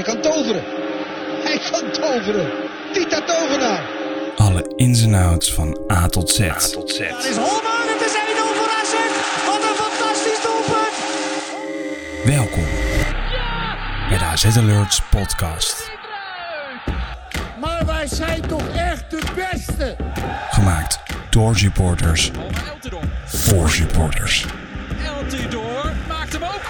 kan toveren. Hij kan toveren. Tita Tovenaar. Alle ins en outs van A tot Z. Het is Holman, het is 1-0 voor AZ. Wat een fantastisch doelpunt. Welkom bij de AZ Alerts podcast. Maar wij zijn toch echt de beste? Gemaakt door supporters. Voor supporters. Eltidoor maakt hem ook.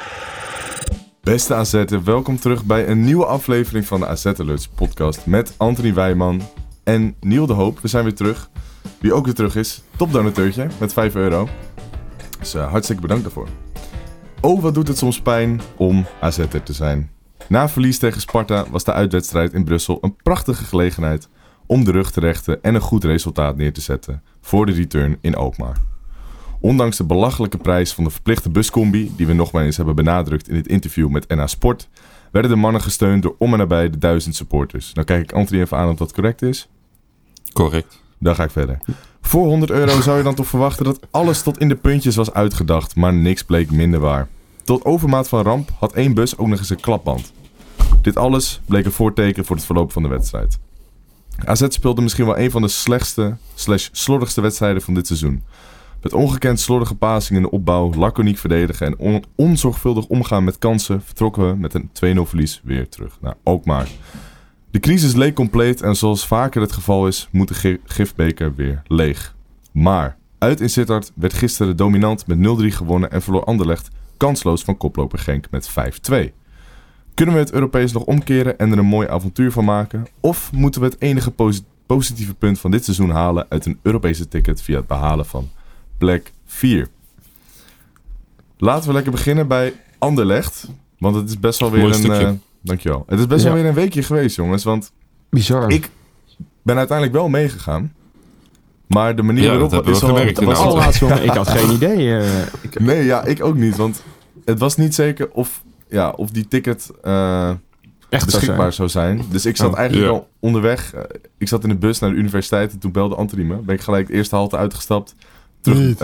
Beste AZ'er, welkom terug bij een nieuwe aflevering van de AZ Alerts podcast met Anthony Wijman en Niel de Hoop. We zijn weer terug. Wie ook weer terug is, topdonateurtje met €5. Dus hartstikke bedankt daarvoor. Oh, wat doet het soms pijn om AZ'er te zijn. Na verlies tegen Sparta was de uitwedstrijd in Brussel een prachtige gelegenheid om de rug te rechten en een goed resultaat neer te zetten voor de return in Alkmaar. Ondanks de belachelijke prijs van de verplichte buscombi, die we nog maar eens hebben benadrukt in dit interview met NA Sport, werden de mannen gesteund door om en nabij de 1000 supporters. Nou kijk ik Anthony even aan of dat correct is. Correct. Dan ga ik verder. Voor €100 zou je dan toch verwachten dat alles tot in de puntjes was uitgedacht, maar niks bleek minder waar. Tot overmaat van ramp had één bus ook nog eens een klapband. Dit alles bleek een voorteken voor het verloop van de wedstrijd. AZ speelde misschien wel een van de slechtste / slordigste wedstrijden van dit seizoen. Met ongekend slordige passingen in de opbouw, laconiek verdedigen en onzorgvuldig omgaan met kansen vertrokken we met een 2-0 verlies weer terug naar Alkmaar. De crisis leek compleet en zoals vaker het geval is, moet de gifbeker weer leeg. Maar uit in Sittard werd gisteren dominant met 0-3 gewonnen en verloor Anderlecht kansloos van koploper Genk met 5-2. Kunnen we het Europees nog omkeren en er een mooi avontuur van maken? Of moeten we het enige positieve punt van dit seizoen halen uit een Europese ticket via het behalen van plek 4? Laten we lekker beginnen bij Anderlecht. Want het is best wel weer dankjewel. Het is best wel weer een weekje geweest, jongens. Want bizar. Ik ben uiteindelijk wel meegegaan. Maar de manier waarop dat is al... Ik had geen idee. Nee, ja, ik ook niet. Want het was niet zeker of die ticket echt beschikbaar zou zijn. Dus ik zat eigenlijk al onderweg. Ik zat in de bus naar de universiteit en toen belde Anthony me. Ben ik gelijk de eerste halte uitgestapt. Terug.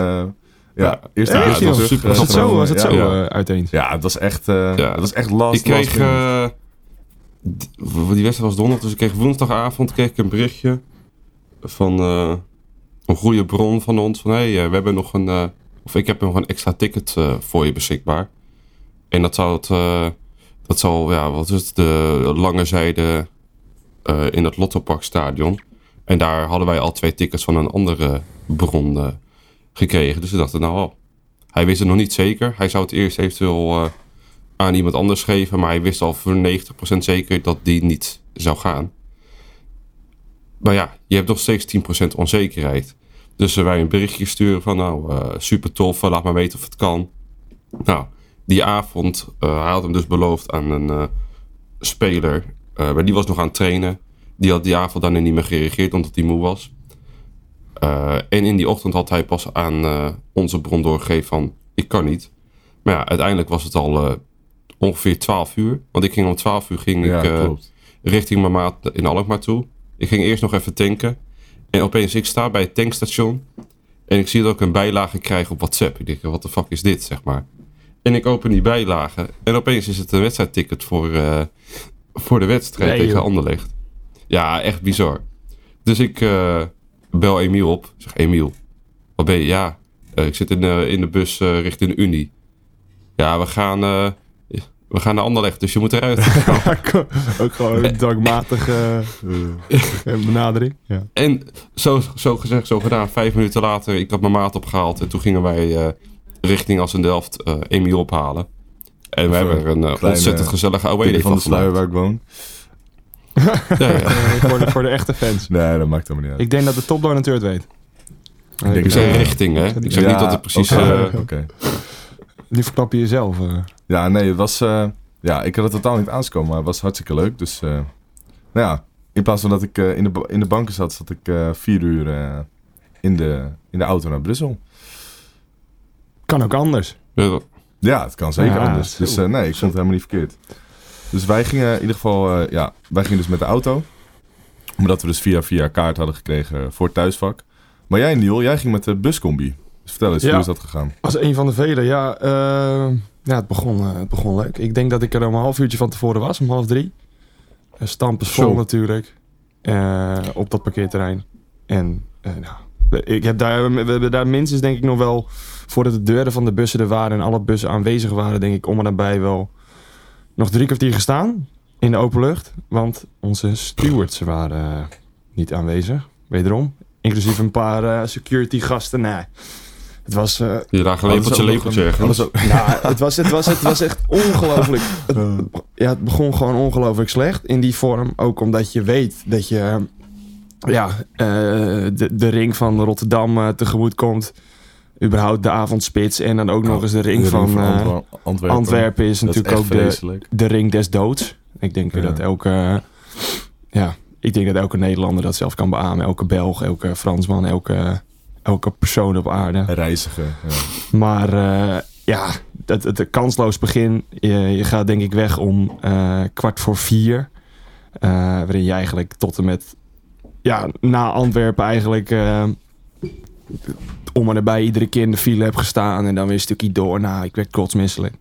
Was het zo uiteen? Ja, het was echt last. Ik kreeg... die wedstrijd was donderdag, dus ik kreeg woensdagavond een berichtje van een goede bron van ons. Van we hebben nog ik heb nog een extra ticket voor je beschikbaar. En dat zal de lange zijde in het Lottoparkstadion. En daar hadden wij al 2 tickets van een andere bron gekregen. Dus we dachten, hij wist het nog niet zeker. Hij zou het eerst eventueel aan iemand anders geven. Maar hij wist al voor 90% zeker dat die niet zou gaan. Maar ja, je hebt nog steeds 10% onzekerheid. Dus wij een berichtje sturen van super tof, laat maar weten of het kan. Nou, die avond, hij had hem dus beloofd aan een speler. Maar die was nog aan het trainen. Die had die avond dan niet meer gereageerd omdat hij moe was. En in die ochtend had hij pas aan onze bron doorgegeven van ik kan niet. Maar ja, uiteindelijk was het al ongeveer 12 uur. Want ik ging om 12 uur richting mijn maat in Alkmaar toe. Ik ging eerst nog even tanken. En opeens, ik sta bij het tankstation. En ik zie dat ik een bijlage krijg op WhatsApp. Ik denk, wat de fuck is dit, zeg maar. En ik open die bijlage. En opeens is het een wedstrijdticket voor de wedstrijd tegen Anderlecht. Ja, echt bizar. Dus ik bel Emiel op. Ik zeg, Emiel, wat ben je? Ja, ik zit in de bus richting de Unie. Ja, we gaan naar Anderlecht, dus je moet eruit. Ook gewoon een dagmatige benadering. Ja. En zo gezegd, zo gedaan. 5 minuten later, ik had mijn maat opgehaald. En toen gingen wij richting Assendelft Emiel ophalen. En we hebben er een ontzettend gezellige away van de sluier waar ik woon. Voor de echte fans. Nee, dat maakt helemaal niet uit. Ik denk dat de topdonateur het weet. Ik zeg richting, hè? Ik zeg niet dat het precies... Oké. Nu verklap je jezelf. Ja, nee, het was... ik had het totaal niet aanskomen, maar het was hartstikke leuk. Dus, in plaats van dat ik in de banken zat ik 4 uur in de auto naar Brussel. Kan ook anders. Ja, het kan zeker anders. Dus ik vond het helemaal niet verkeerd. Dus wij gingen in ieder geval... wij gingen dus met de auto. Omdat we dus via kaart hadden gekregen voor het thuisvak. Maar jij, Niel, jij ging met de buscombi. Dus vertel eens, hoe is dat gegaan? Als een van de velen, Ja, het begon leuk. Ik denk dat ik er om een half uurtje van tevoren was, om 2:30. Stampen vol Zo. natuurlijk. Op dat parkeerterrein. En we hebben daar minstens denk ik nog wel... voordat de deuren van de bussen er waren en alle bussen aanwezig waren... denk ik om en nabij wel nog 3 kwartier gestaan in de open lucht. Want onze stewards waren niet aanwezig, wederom. Inclusief een paar security gasten. Nee, het was... Je draagt een lepeltje ergens. het was echt ongelooflijk. Het begon gewoon ongelooflijk slecht in die vorm. Ook omdat je weet dat je de ring van Rotterdam tegemoet komt. Überhaupt de avondspits. En dan ook nog eens de ring van Antwerpen is natuurlijk ook de ring des doods. Ik denk dat elke Nederlander dat zelf kan beamen. Elke Belg, elke Fransman, elke persoon op aarde. Reiziger. Ja. Maar het kansloos begin. Je gaat denk ik weg om 3:45. Waarin je eigenlijk tot en met... na Antwerpen eigenlijk... om en nabij iedere keer in de file heb gestaan. En dan weer een stukje door. Nou, ik werd kotsmisselijk.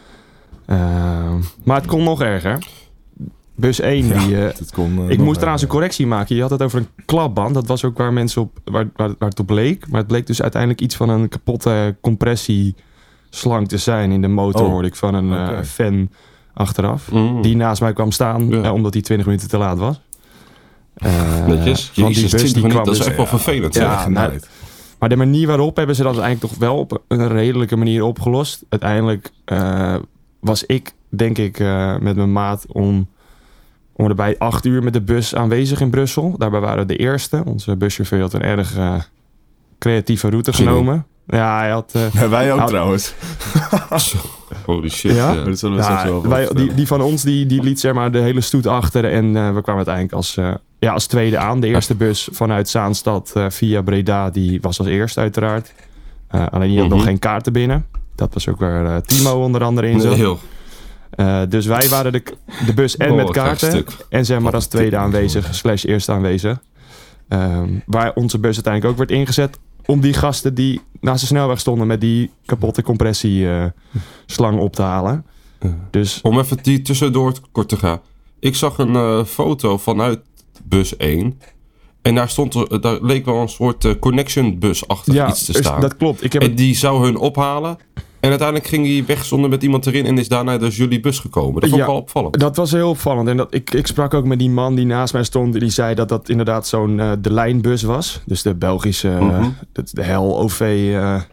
Maar het kon nog erger. Bus 1, ik moest trouwens een correctie maken. Je had het over een klapband. Dat was ook waar mensen op waar het op leek. Maar het bleek dus uiteindelijk iets van een kapotte compressieslang te zijn in de motor, hoorde ik van een fan achteraf. Die naast mij kwam staan, omdat hij 20 minuten te laat was. Netjes. Want die bus die kwam dat is dus, echt wel vervelend. Maar de manier waarop hebben ze dat eigenlijk toch wel op een redelijke manier opgelost. Uiteindelijk was ik, denk ik, met mijn maat om erbij 8 uur met de bus aanwezig in Brussel. Daarbij waren we de eerste. Onze buschauffeur had een erg creatieve route genomen. Ja, hij had... wij ook trouwens. Holy shit. Ja? Dat zullen we straks wel vertellen. Die van ons, die liet zeg maar de hele stoet achter. En we kwamen uiteindelijk als tweede aan. De eerste bus vanuit Zaanstad via Breda, die was als eerste uiteraard. Alleen die had nog geen kaarten binnen. Dat was ook waar Timo onder andere in zat. Dus wij waren de bus en met kaarten. En zeg maar als tweede aanwezig, / eerste aanwezig. Waar onze bus uiteindelijk ook werd ingezet om die gasten die naast de snelweg stonden met die kapotte compressieslang op te halen. Dus... Om even die tussendoor kort te gaan. Ik zag een foto vanuit bus 1. En daar leek wel een soort connection bus-achtig iets te staan. Dat klopt. En die zou hun ophalen. En uiteindelijk ging hij weg zonder met iemand erin en is daarna dus jullie bus gekomen. Dat vond ik wel opvallend. Dat was heel opvallend. En ik sprak ook met die man die naast mij stond. Die zei dat dat inderdaad zo'n de lijnbus was. Dus de Belgische, de HEL OV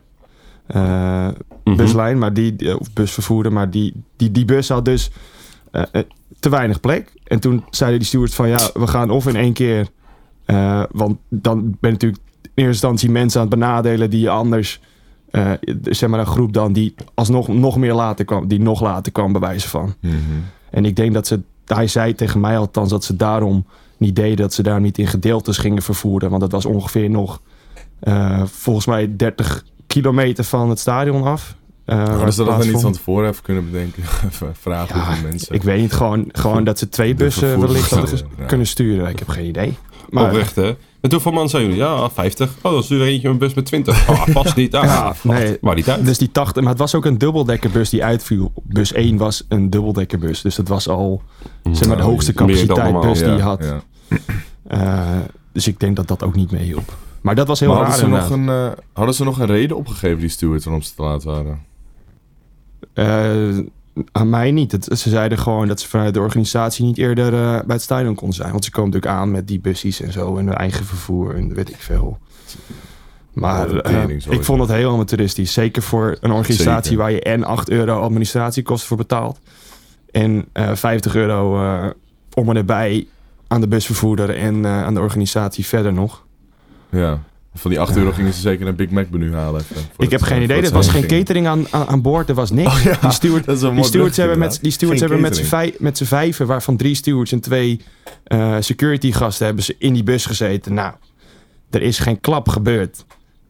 buslijn. Maar of busvervoerder. Maar die bus had dus te weinig plek. En toen zeiden die stewards van we gaan of in één keer. Want dan ben je natuurlijk in eerste instantie mensen aan het benadelen die je anders... zeg maar een groep dan die alsnog nog meer later kwam, die nog later kwam bij wijze van. En ik denk dat hij zei tegen mij althans dat ze daarom niet deden, dat ze daar niet in gedeeltes gingen vervoeren, want dat was ongeveer nog volgens mij 30 kilometer van het stadion af. Hadden ze dat niet van tevoren even kunnen bedenken? Even vragen hoeveel mensen. Ik weet niet, gewoon dat ze 2 bussen wellicht hadden kunnen sturen. Ik heb geen idee. Maar, oprecht, hè? En hoeveel man zijn jullie? Ja, 50. Oh, dan stuur er eentje een bus met 20. Oh, past niet. Nee. Maar niet uit. Dus die 80, maar het was ook een dubbeldekkerbus die uitviel. Bus 1 was een dubbeldekkerbus. Dus dat was al zeg maar de hoogste capaciteitbus die je had. Dus ik denk dat dat ook niet meehielp. Maar dat was heel raar. Hadden ze nog een reden opgegeven, die stewards, waarom ze te laat waren? Aan mij niet. Ze zeiden gewoon dat ze vanuit de organisatie niet eerder bij het stadion konden zijn. Want ze komen natuurlijk aan met die bussies en zo. En hun eigen vervoer en weet ik veel. Maar ik vond het heel amateuristisch. Zeker voor een organisatie waar je en €8 administratiekosten voor betaalt. En €50 om en erbij aan de busvervoerder en aan de organisatie verder nog. Ja. Van die €8 gingen ze zeker een Big Mac menu halen. Ik heb geen idee. Er was geen catering aan boord. Er was niks. Die stewards hebben met z'n 5, waarvan 3 stewards en 2 security gasten hebben ze in die bus gezeten. Nou, er is geen klap gebeurd.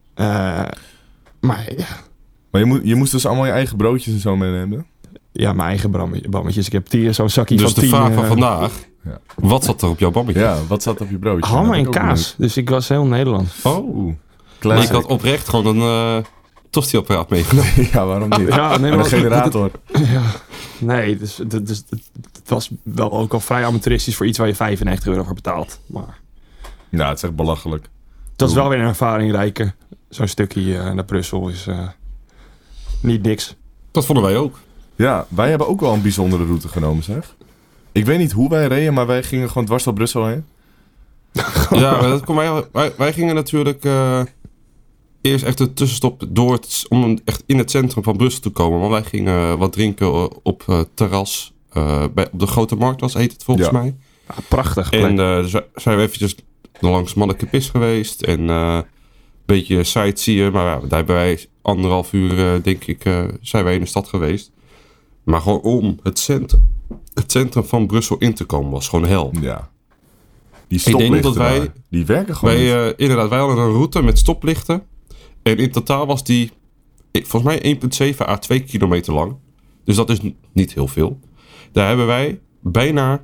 Maar ja. Maar je moest dus allemaal je eigen broodjes en zo meenemen? Ja, mijn eigen bammetjes. Ik heb hier zo'n zakje van 10. Dus de vraag van vandaag. Ja. Wat zat er op jouw bammetje? Ja, wat zat op je broodje? Ham en kaas. Dus ik was heel Nederlands. Oh. Maar ik had oprecht gewoon een tosti-apparaat meegenomen. Ja, waarom niet? Ja, nee, En een maar- generator. Ja, nee, dus het was wel ook al vrij amateuristisch voor iets waar je €95 voor betaalt. Maar Ja, het is echt belachelijk. dat is wel weer een ervaring rijker. Zo'n stukje naar Brussel is niet niks. Dat vonden wij ook. Ja, wij hebben ook wel een bijzondere route genomen, zeg. Ik weet niet hoe wij reden, maar wij gingen gewoon dwars door Brussel heen. Ja, maar dat kon wij gingen natuurlijk eerst echt een tussenstop om echt in het centrum van Brussel te komen. Want wij gingen wat drinken op terras. Op de Grote Markt heet het volgens mij. Ja, prachtig plek. En zijn we eventjes langs Mannekepis geweest. En een beetje sightseeën. Maar ja, daar hebben wij 1,5 uur, denk ik, zijn wij in de stad geweest. Maar gewoon om het centrum van Brussel in te komen was gewoon hel. Ja. Die Ik denk stoplichten dat wij- daar, die werken gewoon niet. Inderdaad, wij hadden een route met stoplichten. En in totaal was die volgens mij 1,7 à 2 kilometer lang. Dus dat is niet heel veel. Daar hebben wij bijna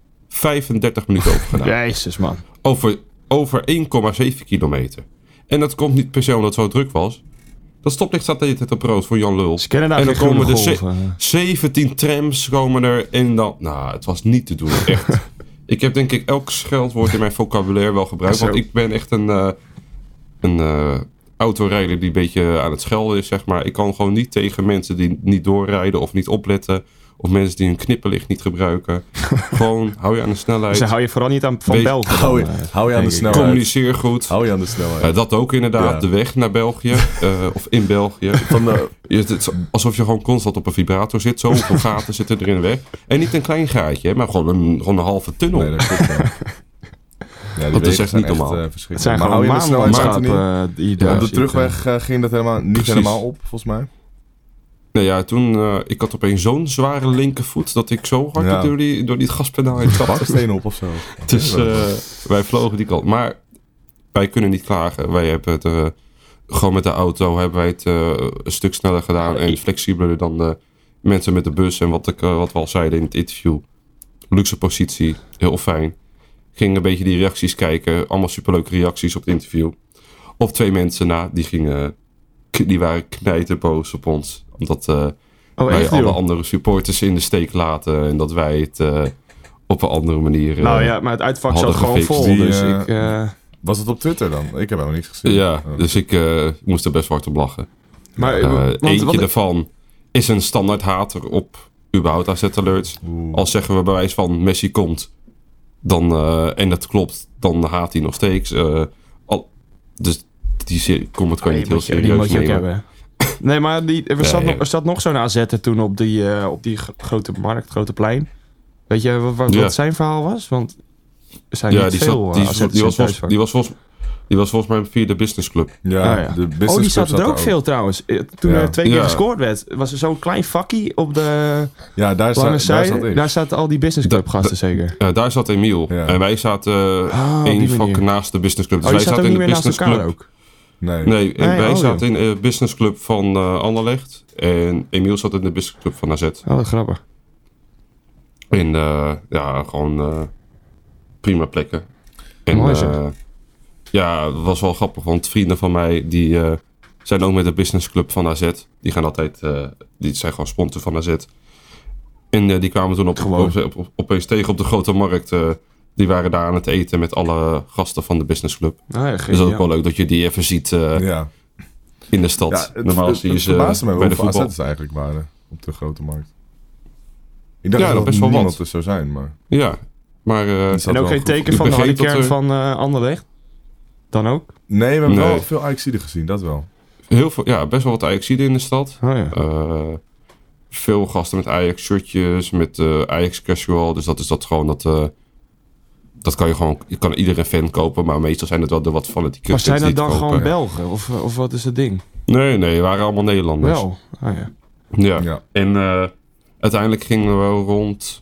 35 minuten over gedaan. Jezus, man. Over 1,7 kilometer. En dat komt niet per se omdat het zo druk was. Dat stoplicht staat de hele tijd op rood voor Jan Lul. Ze kennen daar En dan geen komen groene er golven. 17 trams komen er. En dan... Nou, het was niet te doen. Echt. Ik heb denk ik elk scheldwoord in mijn vocabulaire wel gebruikt. Zo. Want ik ben echt een autorijder die een beetje aan het schelden is, zeg maar. Ik kan gewoon niet tegen mensen die niet doorrijden of niet opletten. Of mensen die hun knipperlicht niet gebruiken. Gewoon, hou je aan de snelheid. Ze hou je vooral niet aan van Weet- België. Hou je dan, aan de denk ik. snelheid. Communiceer goed. Hou je aan de snelheid. Dat ook inderdaad. Ja. De weg naar België. Of in België. Het is alsof je gewoon constant op een vibrator zit. Zoveel gaten zitten er in de weg. En niet een klein gaatje, hè, maar gewoon een halve tunnel. Nee, dat klopt. Ja, die Dat is wegen echt zijn niet normaal. verschrikkelijk. Het zijn Maar gewoon hou je aan de snelheid maanlandschappen die je Ja, daar op de ziet, terugweg ging dat niet Precies. helemaal op, volgens mij. Nou ja, toen... ik had opeens zo'n zware linkervoet dat ik zo hard Ja. door die gaspedaal heen trapte. Baksteen op of zo. Dus wij vlogen die kant. Maar wij kunnen niet klagen. Wij hebben het gewoon met de auto hebben wij het een stuk sneller gedaan en flexibeler dan de mensen met de bus. En wat we al zeiden in het interview. Luxe positie, heel fijn. Ging een beetje die reacties kijken. Allemaal superleuke reacties op het interview. Op 2 mensen na, die waren knijterboos op ons. Omdat wij echt, alle joh? andere supporters in de steek laten. En dat wij het op een andere manier... Nou ja, maar het uitvak hadden zat gewoon gefixt. vol. Die, Dus Was het op Twitter dan? Ik heb helemaal niks gezien. Ja, Oh. dus ik moest er best hard op lachen. maar, Eentje daarvan is een standaard hater op überhaupt AZ Alerts. Oeh. Als zeggen we bij wijze van Messi komt, dan, en dat klopt, dan haat hij nog steeds. Dus die comment kan je niet heel die serieus moet je ook nemen. hebben. Nee, maar er zat nog zo'n AZ'er toen op die grote markt, grote plein. Weet je wat zijn verhaal was? Want er zijn niet veel AZ'ers die was volgens mij via de businessclub. Ja, Ah, ja. de business die club zat er ook veel trouwens. Toen Ja. er 2 keer Ja. gescoord werd, was er zo'n klein vakkie op de Ja, daar lange zat zijde. ik. Daar zaten al die business club gasten zeker. Daar zat Emiel. Ja. En wij zaten op één die vak manier. naast de businessclub. Dus Oh, wij die zaten ook niet meer naast elkaar ook. Nee. Nee, wij oh, zaten in de businessclub van Anderlecht. En Emiel zat in de businessclub van AZ. Oh, wat grappig. En gewoon prima plekken. En Mooi zeg. ja, het was wel grappig, want vrienden van mij die zijn ook met de businessclub van AZ. Die gaan altijd, die zijn gewoon sponsor van AZ. En die kwamen toen opeens tegen op de Grote Markt. Die waren daar aan het eten met alle gasten van de businessclub. Ah, ja, Dus dat is ook wel leuk dat je die even ziet Ja. in de stad. Ja, Normaal zie je het ze verbaasde mij bij wel de hoeveel voetbal. AZ'ers eigenlijk waren op de Grote Markt. Ik dacht Ja, dat best wel niemand wat. er zou zijn, maar... Ja, maar die zat En ook wel geen goed. teken Ik van de harde begreep dat kern er- van Anderlecht? Dan ook? Nee, we hebben Nee. wel veel Ajaxiden gezien, dat wel. heel veel, ja, best wel wat Ajaxiden in de stad. Oh ja. Veel gasten met Ajax-shirtjes, met Ajax casual. Dus dat is dat gewoon dat kan je gewoon... Je kan iedere fan kopen, maar meestal zijn het wel de wat fanatieke Maar fans zijn die dat het dan kopen. gewoon Belgen? Of wat is het ding? Nee, we waren allemaal Nederlanders. Wel. Ah, ja. Ja. Ja. En uiteindelijk gingen we rond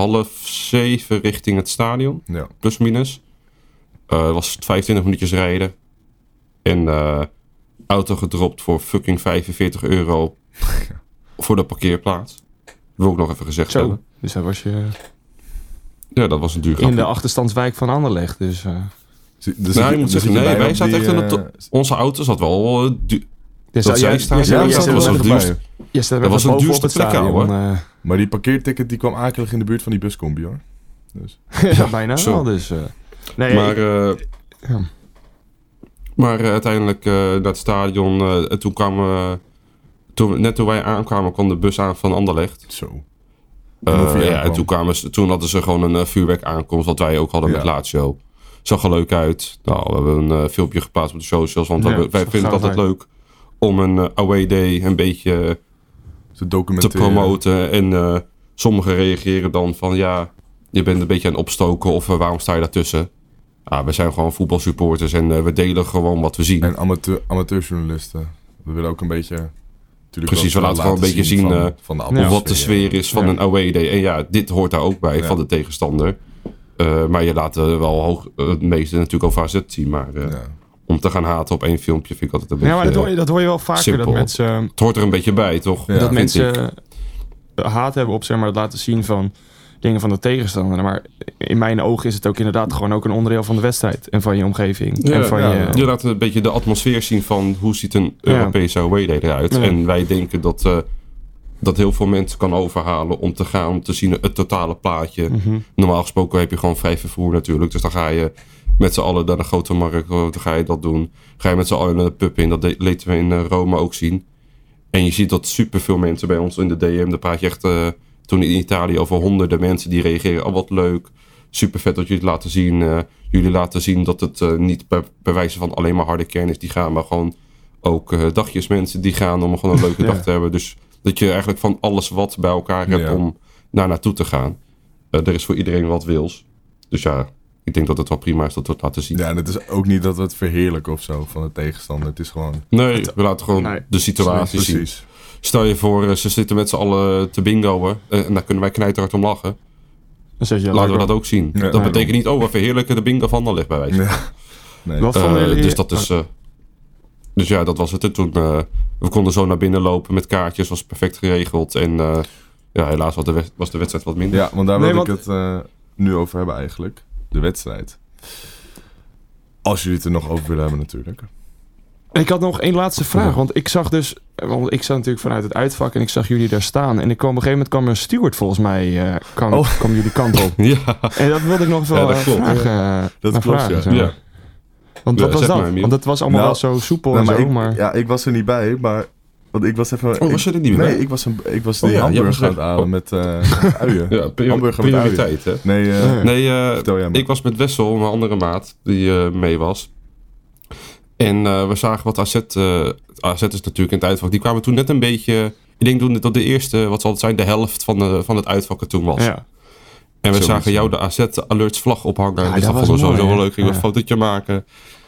6:30 richting het stadion. Ja. Plus minus. Het was 25 minuutjes rijden. En auto gedropt voor fucking €45 voor de parkeerplaats. Wil ik nog even gezegd Zo. hebben. Dus daar was je Ja, dat was een duur in grapje. de achterstandswijk van Anderlecht. Dus Dus Nou, je moet zeggen, nee, wij zaten echt in de top. Onze auto zat wel Dus Dat zij staan. Ja, dat was een duurste. Dat was een duurste plek, ouwe. Maar die parkeerticket die kwam akelig in de buurt van die buscombi, hoor. Dus. Ja, bijna Zo. wel. Dus, nee, Maar, ja. maar uiteindelijk naar het stadion. Toen kwamen... Net toen wij aankwamen, kwam de bus aan van Anderlecht. Zo. En toen hadden ze gewoon een vuurwerk aankomst, wat wij ook hadden met Lazio. Zag er leuk uit. Nou, we hebben een filmpje geplaatst op de socials, want wij vinden het altijd leuk om een away day een beetje te promoten. En sommigen reageren dan van ja, je bent een beetje aan het opstoken of waarom sta je daartussen? We zijn gewoon voetbalsupporters en we delen gewoon wat we zien. En amateurjournalisten. We willen ook een beetje... Precies, we laten gewoon een beetje zien van de wat de sfeer is van een away day. En ja, dit hoort daar ook bij van de tegenstander. Maar je laat wel het meeste natuurlijk over AZ zien. Maar om te gaan haten op één filmpje vind ik altijd een beetje maar dat hoor je wel vaker. simpel. Dat mensen, het hoort er een beetje bij, toch? Ja, dat mensen haat hebben op, zeg maar, het laten zien van dingen van de tegenstander. Maar in mijn ogen is het ook inderdaad gewoon ook een onderdeel van de wedstrijd. En van je omgeving. Ja, en van je laat een beetje de atmosfeer zien van hoe ziet een Europese away day eruit. Ja. En wij denken dat heel veel mensen kan overhalen om te gaan, om te zien het totale plaatje. Mhm. Normaal gesproken heb je gewoon vrij vervoer natuurlijk. Dus dan ga je met z'n allen naar de grote markt, dan ga je dat doen. Ga je met z'n allen naar de pub in, dat lieten we in Rome ook zien. En je ziet dat superveel mensen bij ons in de DM, daar praat je echt toen in Italië over honderden mensen die reageren. Oh, wat leuk. Super vet dat jullie het laten zien. Jullie laten zien dat het niet bij wijze van alleen maar harde kern is die gaan, maar gewoon ook dagjes mensen die gaan om gewoon een leuke dag te hebben. Dus dat je eigenlijk van alles wat bij elkaar hebt om naartoe te gaan. Er is voor iedereen wat wils. Dus ja, ik denk dat het wel prima is dat we het laten zien. Ja, en het is ook niet dat we het verheerlijken of zo van de tegenstander. Het is gewoon... Nee, we laten gewoon de situatie zien. Stel je voor, ze zitten met z'n allen te bingoen. En daar kunnen wij knijterhard om lachen. Laten we dat ook zien. Ja, dat betekent niet, we verheerlijken de bingo van Anderlecht bij wijze. Ja. Nee. Dus dat is... dus ja, dat was het. En toen, we konden zo naar binnen lopen met kaartjes. Was perfect geregeld. En helaas was de wedstrijd wat minder. Ja, want daar wil ik het nu over hebben eigenlijk. De wedstrijd. Als jullie het er nog over willen hebben natuurlijk. Ik had nog één laatste vraag. Want ik zag natuurlijk vanuit het uitvak en ik zag jullie daar staan. En op een gegeven moment kwam er een steward volgens mij. Kwam jullie kant op. Ja. En dat wilde ik nog wel vragen. Dat klopt, ja. Want wat was dat? Want het was allemaal wel zo soepel en zo. Maar... Ja, ik was er niet bij, maar... Want ik was even... was je er niet bij? Nee, ik was die hamburger aan het halen met uien. Ja, hamburger met prioriteit, hè? Nee, ik was met Wessel, mijn andere maat, die mee was. En we zagen wat AZ is natuurlijk in het uitvak. Die kwamen toen net een beetje... Ik denk toen dat de eerste, wat zal het zijn, de helft van het uitvak er toen was. Ja. En we zagen jou de AZ Alerts vlag ophangen. Ja, dus dat vonden we sowieso wel leuk. Gingen we een fotootje maken.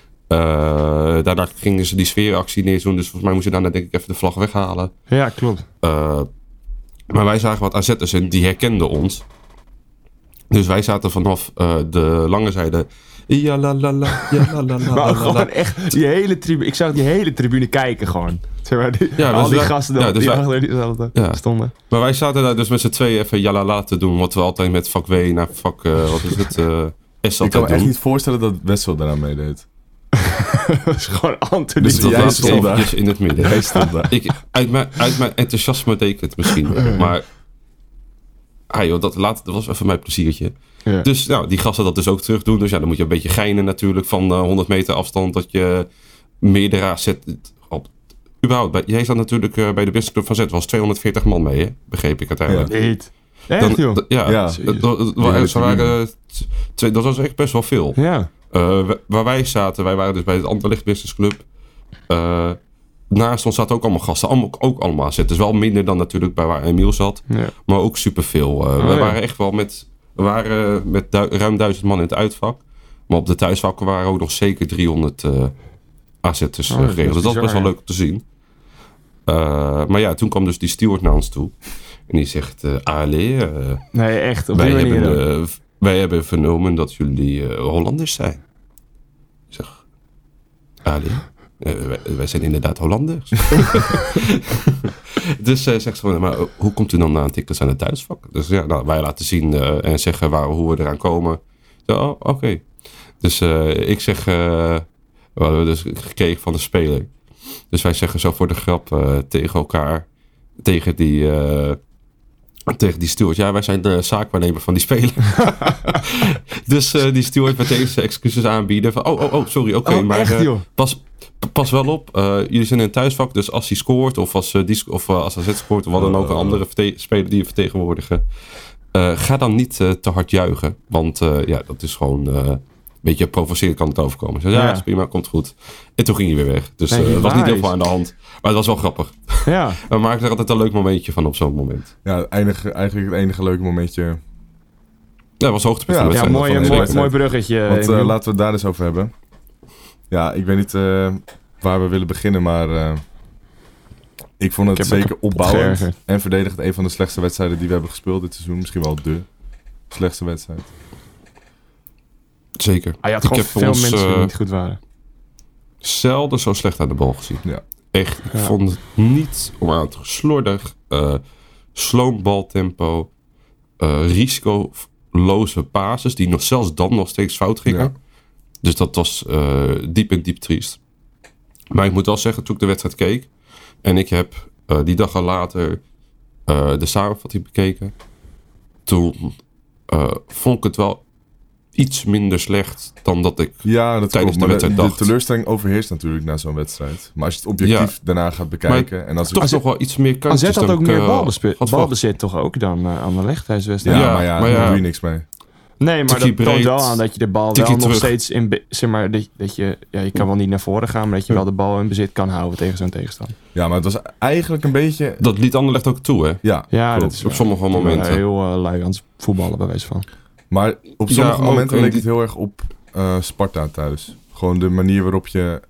Daarna gingen ze die sfeeractie neerdoen. Dus volgens mij moesten ze daarna denk ik even de vlag weghalen. Ja, klopt. Maar wij zagen wat AZ'ers en die herkenden ons. Dus wij zaten vanaf de lange zijde... Ja la la la, ja la la la. Maar gewoon echt die hele tribune. Ik zag die hele tribune kijken gewoon. Zeg maar, al die gasten die achter stonden. Maar wij zaten daar dus met z'n tweeën even jalala te doen. Wat we altijd met vak W naar vak... wat is het? S ik kan me echt niet voorstellen dat Wessel daaraan meedeed. Dat is gewoon Anthony. Dus dat laat eventjes in het midden. Hij stond daar. Uit mijn enthousiasme deed ik het misschien. Maar... joh, dat was even mijn pleziertje. Ja. Dus die gasten dat dus ook terug doen. Dus dan moet je een beetje geinen natuurlijk van 100 meter afstand. Dat je meerdere AZ op. Überhaupt, jij zat natuurlijk bij de businessclub van Z. Was 240 man mee, hè? Begreep ik uiteindelijk. Ja, niet. Echt, joh? Dat was echt best wel veel. Ja. Waar wij zaten, wij waren dus bij het Anderlecht Business Club. Naast ons zaten ook allemaal gasten. Ook allemaal AZ. Dus wel minder dan natuurlijk bij waar Emiel zat. Ja. Maar ook superveel. We waren echt wel met ruim 1000 man in het uitvak. Maar op de thuisvakken waren ook nog zeker 300 AZ'ers geregeld. Dus dat was best wel leuk om te zien. Maar ja, toen kwam dus die steward naar ons toe. En die zegt, nee, echt. Wij hebben vernomen dat jullie Hollanders zijn. Ik zeg, wij zijn inderdaad Hollanders. Dus zegt ze van, maar hoe komt u dan aan tickets aan het thuisvak? Dus ja, wij laten zien en zeggen hoe we eraan komen. Zo, oké. Dus ik zeg, we hadden dus gekregen van de speler. Dus wij zeggen zo voor de grap tegen elkaar, tegen die steward. Ja, wij zijn de zaakwaarnemer van die speler. Dus die steward meteen zijn excuses aanbieden. Van, sorry, oké, maar echt, joh? pas wel op. Jullie zijn in het thuisvak, dus als hij scoort of als AZ scoort of wat dan ook een andere speler die je vertegenwoordigen, ga dan niet te hard juichen. Want dat is gewoon een beetje provocerend kan het overkomen. Dus, ja, is prima, komt goed. En toen ging hij weer weg. Dus er was niet heel veel aan de hand. Maar het was wel grappig. Ja. We maken er altijd een leuk momentje van op zo'n moment. Ja, eigenlijk het enige leuke momentje. Ja, dat was hoogtepunt van de wedstrijd. Mooi bruggetje. Want laten we het daar eens over hebben. Ja, ik weet niet waar we willen beginnen, maar ik vond het zeker opbouwend en verdedigend een van de slechtste wedstrijden die we hebben gespeeld dit seizoen. Misschien wel de slechtste wedstrijd. Zeker. Je had gewoon veel mensen die niet goed waren. Zelden zo slecht aan de bal gezien. Ja. Echt, ik vond het niet om aan te slordig. Sloom baltempo. Risicoloze passes die zelfs dan nog steeds fout gingen. Ja. Dus dat was diep triest. Maar ik moet wel zeggen, toen ik de wedstrijd keek en ik heb die dag al later de samenvatting bekeken, toen vond ik het wel iets minder slecht dan dat ik tijdens de wedstrijd dacht. De teleurstelling overheerst natuurlijk na zo'n wedstrijd. Maar als je het objectief daarna gaat bekijken. Maar en als toch nog wel iets meer kansjes. AZ had ook meer balbezit toch ook dan Anderlecht tijdens de wedstrijd. Ja, maar daar doe je niks mee. Nee, maar dat toont wel aan dat je de bal wel nog steeds in... Zeg maar, dat je kan wel niet naar voren gaan, maar dat je wel de bal in bezit kan houden tegen zo'n tegenstander. Ja, maar het was eigenlijk een beetje... Dat liet Anderlecht ook toe, hè? Ja, dat is op sommige momenten. Heel lui aan het voetballen, bij wijze van. Maar op sommige momenten leek het heel erg op Sparta thuis. Gewoon de manier waarop je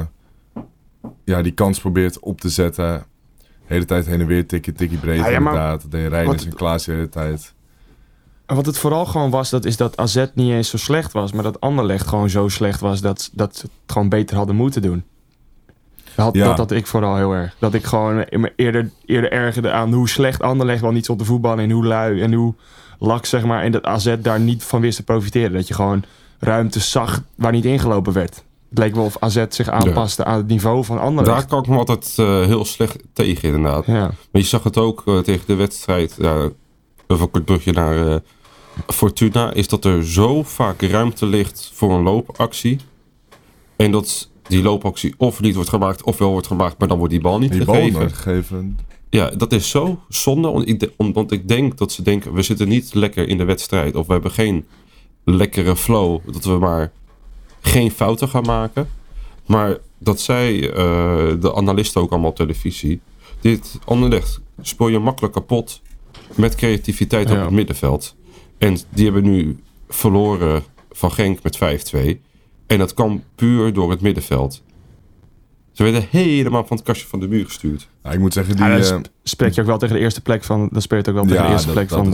die kans probeert op te zetten. De hele tijd heen en weer, tikkie breed inderdaad. Dat deed Reijners en Klaas de hele tijd. Wat het vooral gewoon was, dat is dat AZ niet eens zo slecht was, maar dat Anderlecht gewoon zo slecht was dat ze het gewoon beter hadden moeten doen. Dat had ik vooral heel erg. Dat ik gewoon me eerder ergerde aan hoe slecht Anderlecht wel niet stond te voetballen en hoe lui en hoe laks, zeg maar. En dat AZ daar niet van wist te profiteren. Dat je gewoon ruimte zag waar niet ingelopen werd. Het leek wel of AZ zich aanpaste aan het niveau van Anderlecht. Daar kan ik me altijd heel slecht tegen, inderdaad. Ja. Maar je zag het ook tegen de wedstrijd. Even een kort brugje naar Fortuna. Is dat er zo vaak ruimte ligt voor een loopactie. En dat die loopactie of niet wordt gemaakt, of wel wordt gemaakt, maar dan wordt die bal niet gegeven. Ja, dat is zo zonde. Want ik denk dat ze denken, we zitten niet lekker in de wedstrijd. Of we hebben geen lekkere flow. Dat we maar geen fouten gaan maken. Maar dat zei de analisten ook allemaal op televisie. Dit Anderlecht speel je makkelijk kapot met creativiteit op het middenveld. En die hebben nu verloren van Genk met 5-2. En dat kwam puur door het middenveld. Ze werden helemaal van het kastje van de muur gestuurd. Ja, ik moet zeggen, spreek je ook wel tegen de eerste plek van. Dan speelt ook wel tegen de eerste plek van.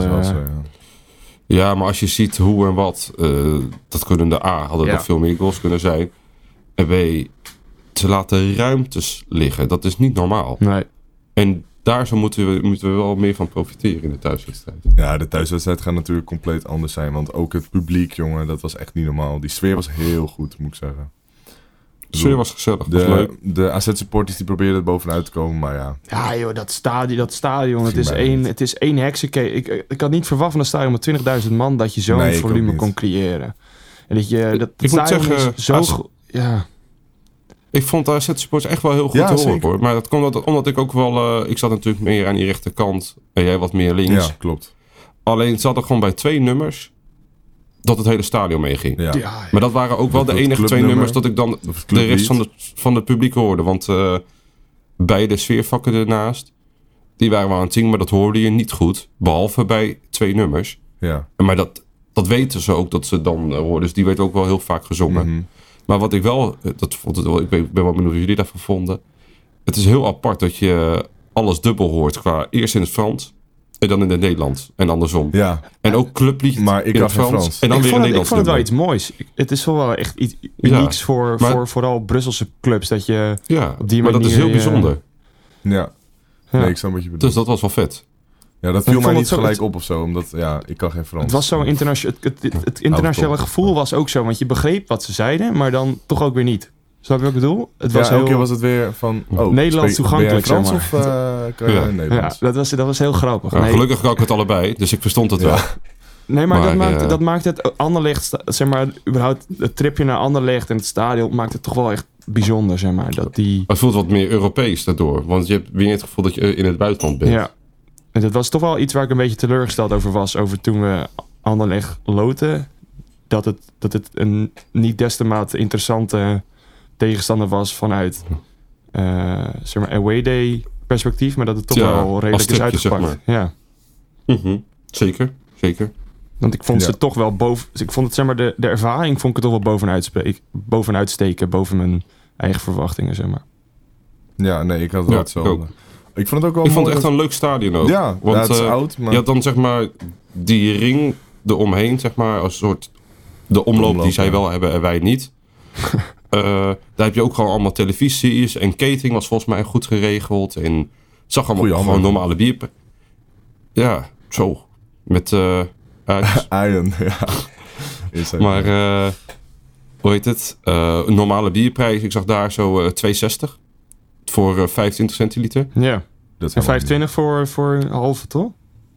Ja, maar als je ziet hoe en wat, dat kunnen de A hadden nog veel meer goals kunnen zijn. En B, ze laten ruimtes liggen. Dat is niet normaal. Nee. En daar moeten we wel meer van profiteren in de thuiswedstrijd. Ja, de thuiswedstrijd gaat natuurlijk compleet anders zijn. Want ook het publiek, jongen, dat was echt niet normaal. Die sfeer was heel goed, moet ik zeggen. De sfeer was gezellig, was leuk. De AZ-supporters die probeerden het bovenuit te komen, maar ja. Ja joh, dat stadion het is één heksenkeet. Ik had niet verwacht van een stadion met 20.000 man dat je zo'n volume kon creëren. En dat je dat ik moet zeggen, ik vond de AZ-supporters echt wel heel goed te horen, hoor. Maar dat komt omdat ik ook wel... ik zat natuurlijk meer aan die rechterkant en jij wat meer links. Ja, klopt. Alleen zat er gewoon bij 2 nummers dat het hele stadion meeging. Ja. Maar dat waren ook wel de enige 2 nummers dat ik dan de rest van het publiek hoorde. Want beide sfeervakken ernaast, die waren wel aan het zingen, maar dat hoorde je niet goed. Behalve bij 2 nummers. Ja. Maar dat weten ze ook dat ze dan hoorden. Dus die werd ook wel heel vaak gezongen. Mm-hmm. Maar wat ik wel, ik ben wel benieuwd hoe jullie daarvan vonden. Het is heel apart dat je alles dubbel hoort. Eerst in het Frans en dan in het Nederlands. En andersom. Ja. En ook clublied maar ik in het Frans. En dan weer in het Nederlands. Ik vond het wel iets moois. Het is wel echt iets unieks voor vooral Brusselse clubs. Dat je op die manier... Maar dat is heel bijzonder. Ja. Nee, ik snap wat je bedoelt. Dus dat was wel vet. Ja, dat viel mij niet gelijk op of zo, omdat ik kan geen Frans. Het was zo internationaal. Het internationale gevoel was ook zo, want je begreep wat ze zeiden, maar dan toch ook weer niet. Snap je wat ik bedoel? Het Ja, was elke keer was het weer van... Nederlands toegankelijk, ben jij Frans zeg maar. of kan je Ja. Nederlands? Ja, dat was heel grappig. Ja, Nee. gelukkig kan ik het allebei, dus ik verstond het Ja. wel. Nee, maar Maar, dat maakt het Anderlecht, zeg maar, überhaupt het tripje naar Anderlecht en het stadion maakt het toch wel echt bijzonder, zeg maar. Dat die... Het voelt wat meer Europees daardoor, want je hebt weer het gevoel dat je in het buitenland bent. Ja. En dat was toch wel iets waar ik een beetje teleurgesteld over was, over toen we Anderlecht loten. Dat het een niet des te mate interessante tegenstander was vanuit, zeg maar, away day perspectief, maar dat het toch Ja, wel als redelijk is stripje, zeg uitgepakt. Ja. Mhm. Zeker. Want ik vond Ja. ze toch wel boven... Dus ik vond het, zeg maar, de ervaring vond ik het toch wel bovenuit steken. Boven mijn eigen verwachtingen, zeg maar. Ja, nee, ik had het Ja, wel hetzelfde. ook. Ik vond het ook wel Ik vond mooi het echt dat- een leuk stadion ook. Ja, want het is oud, maar... je had dan zeg maar die ring eromheen, zeg maar, als een soort de omloop die zij ja. wel hebben en wij niet. Daar heb je ook gewoon allemaal televisies en catering was volgens mij goed geregeld. En het zag allemaal Goeie gewoon handel. normale bier. Ja, zo. Met Iron, ja. Is dat- maar hoe heet het? Een normale bierprijs. Ik zag daar zo 2,60 voor 25 centiliter. Ja. dat is En helemaal 25 voor een halve, toch?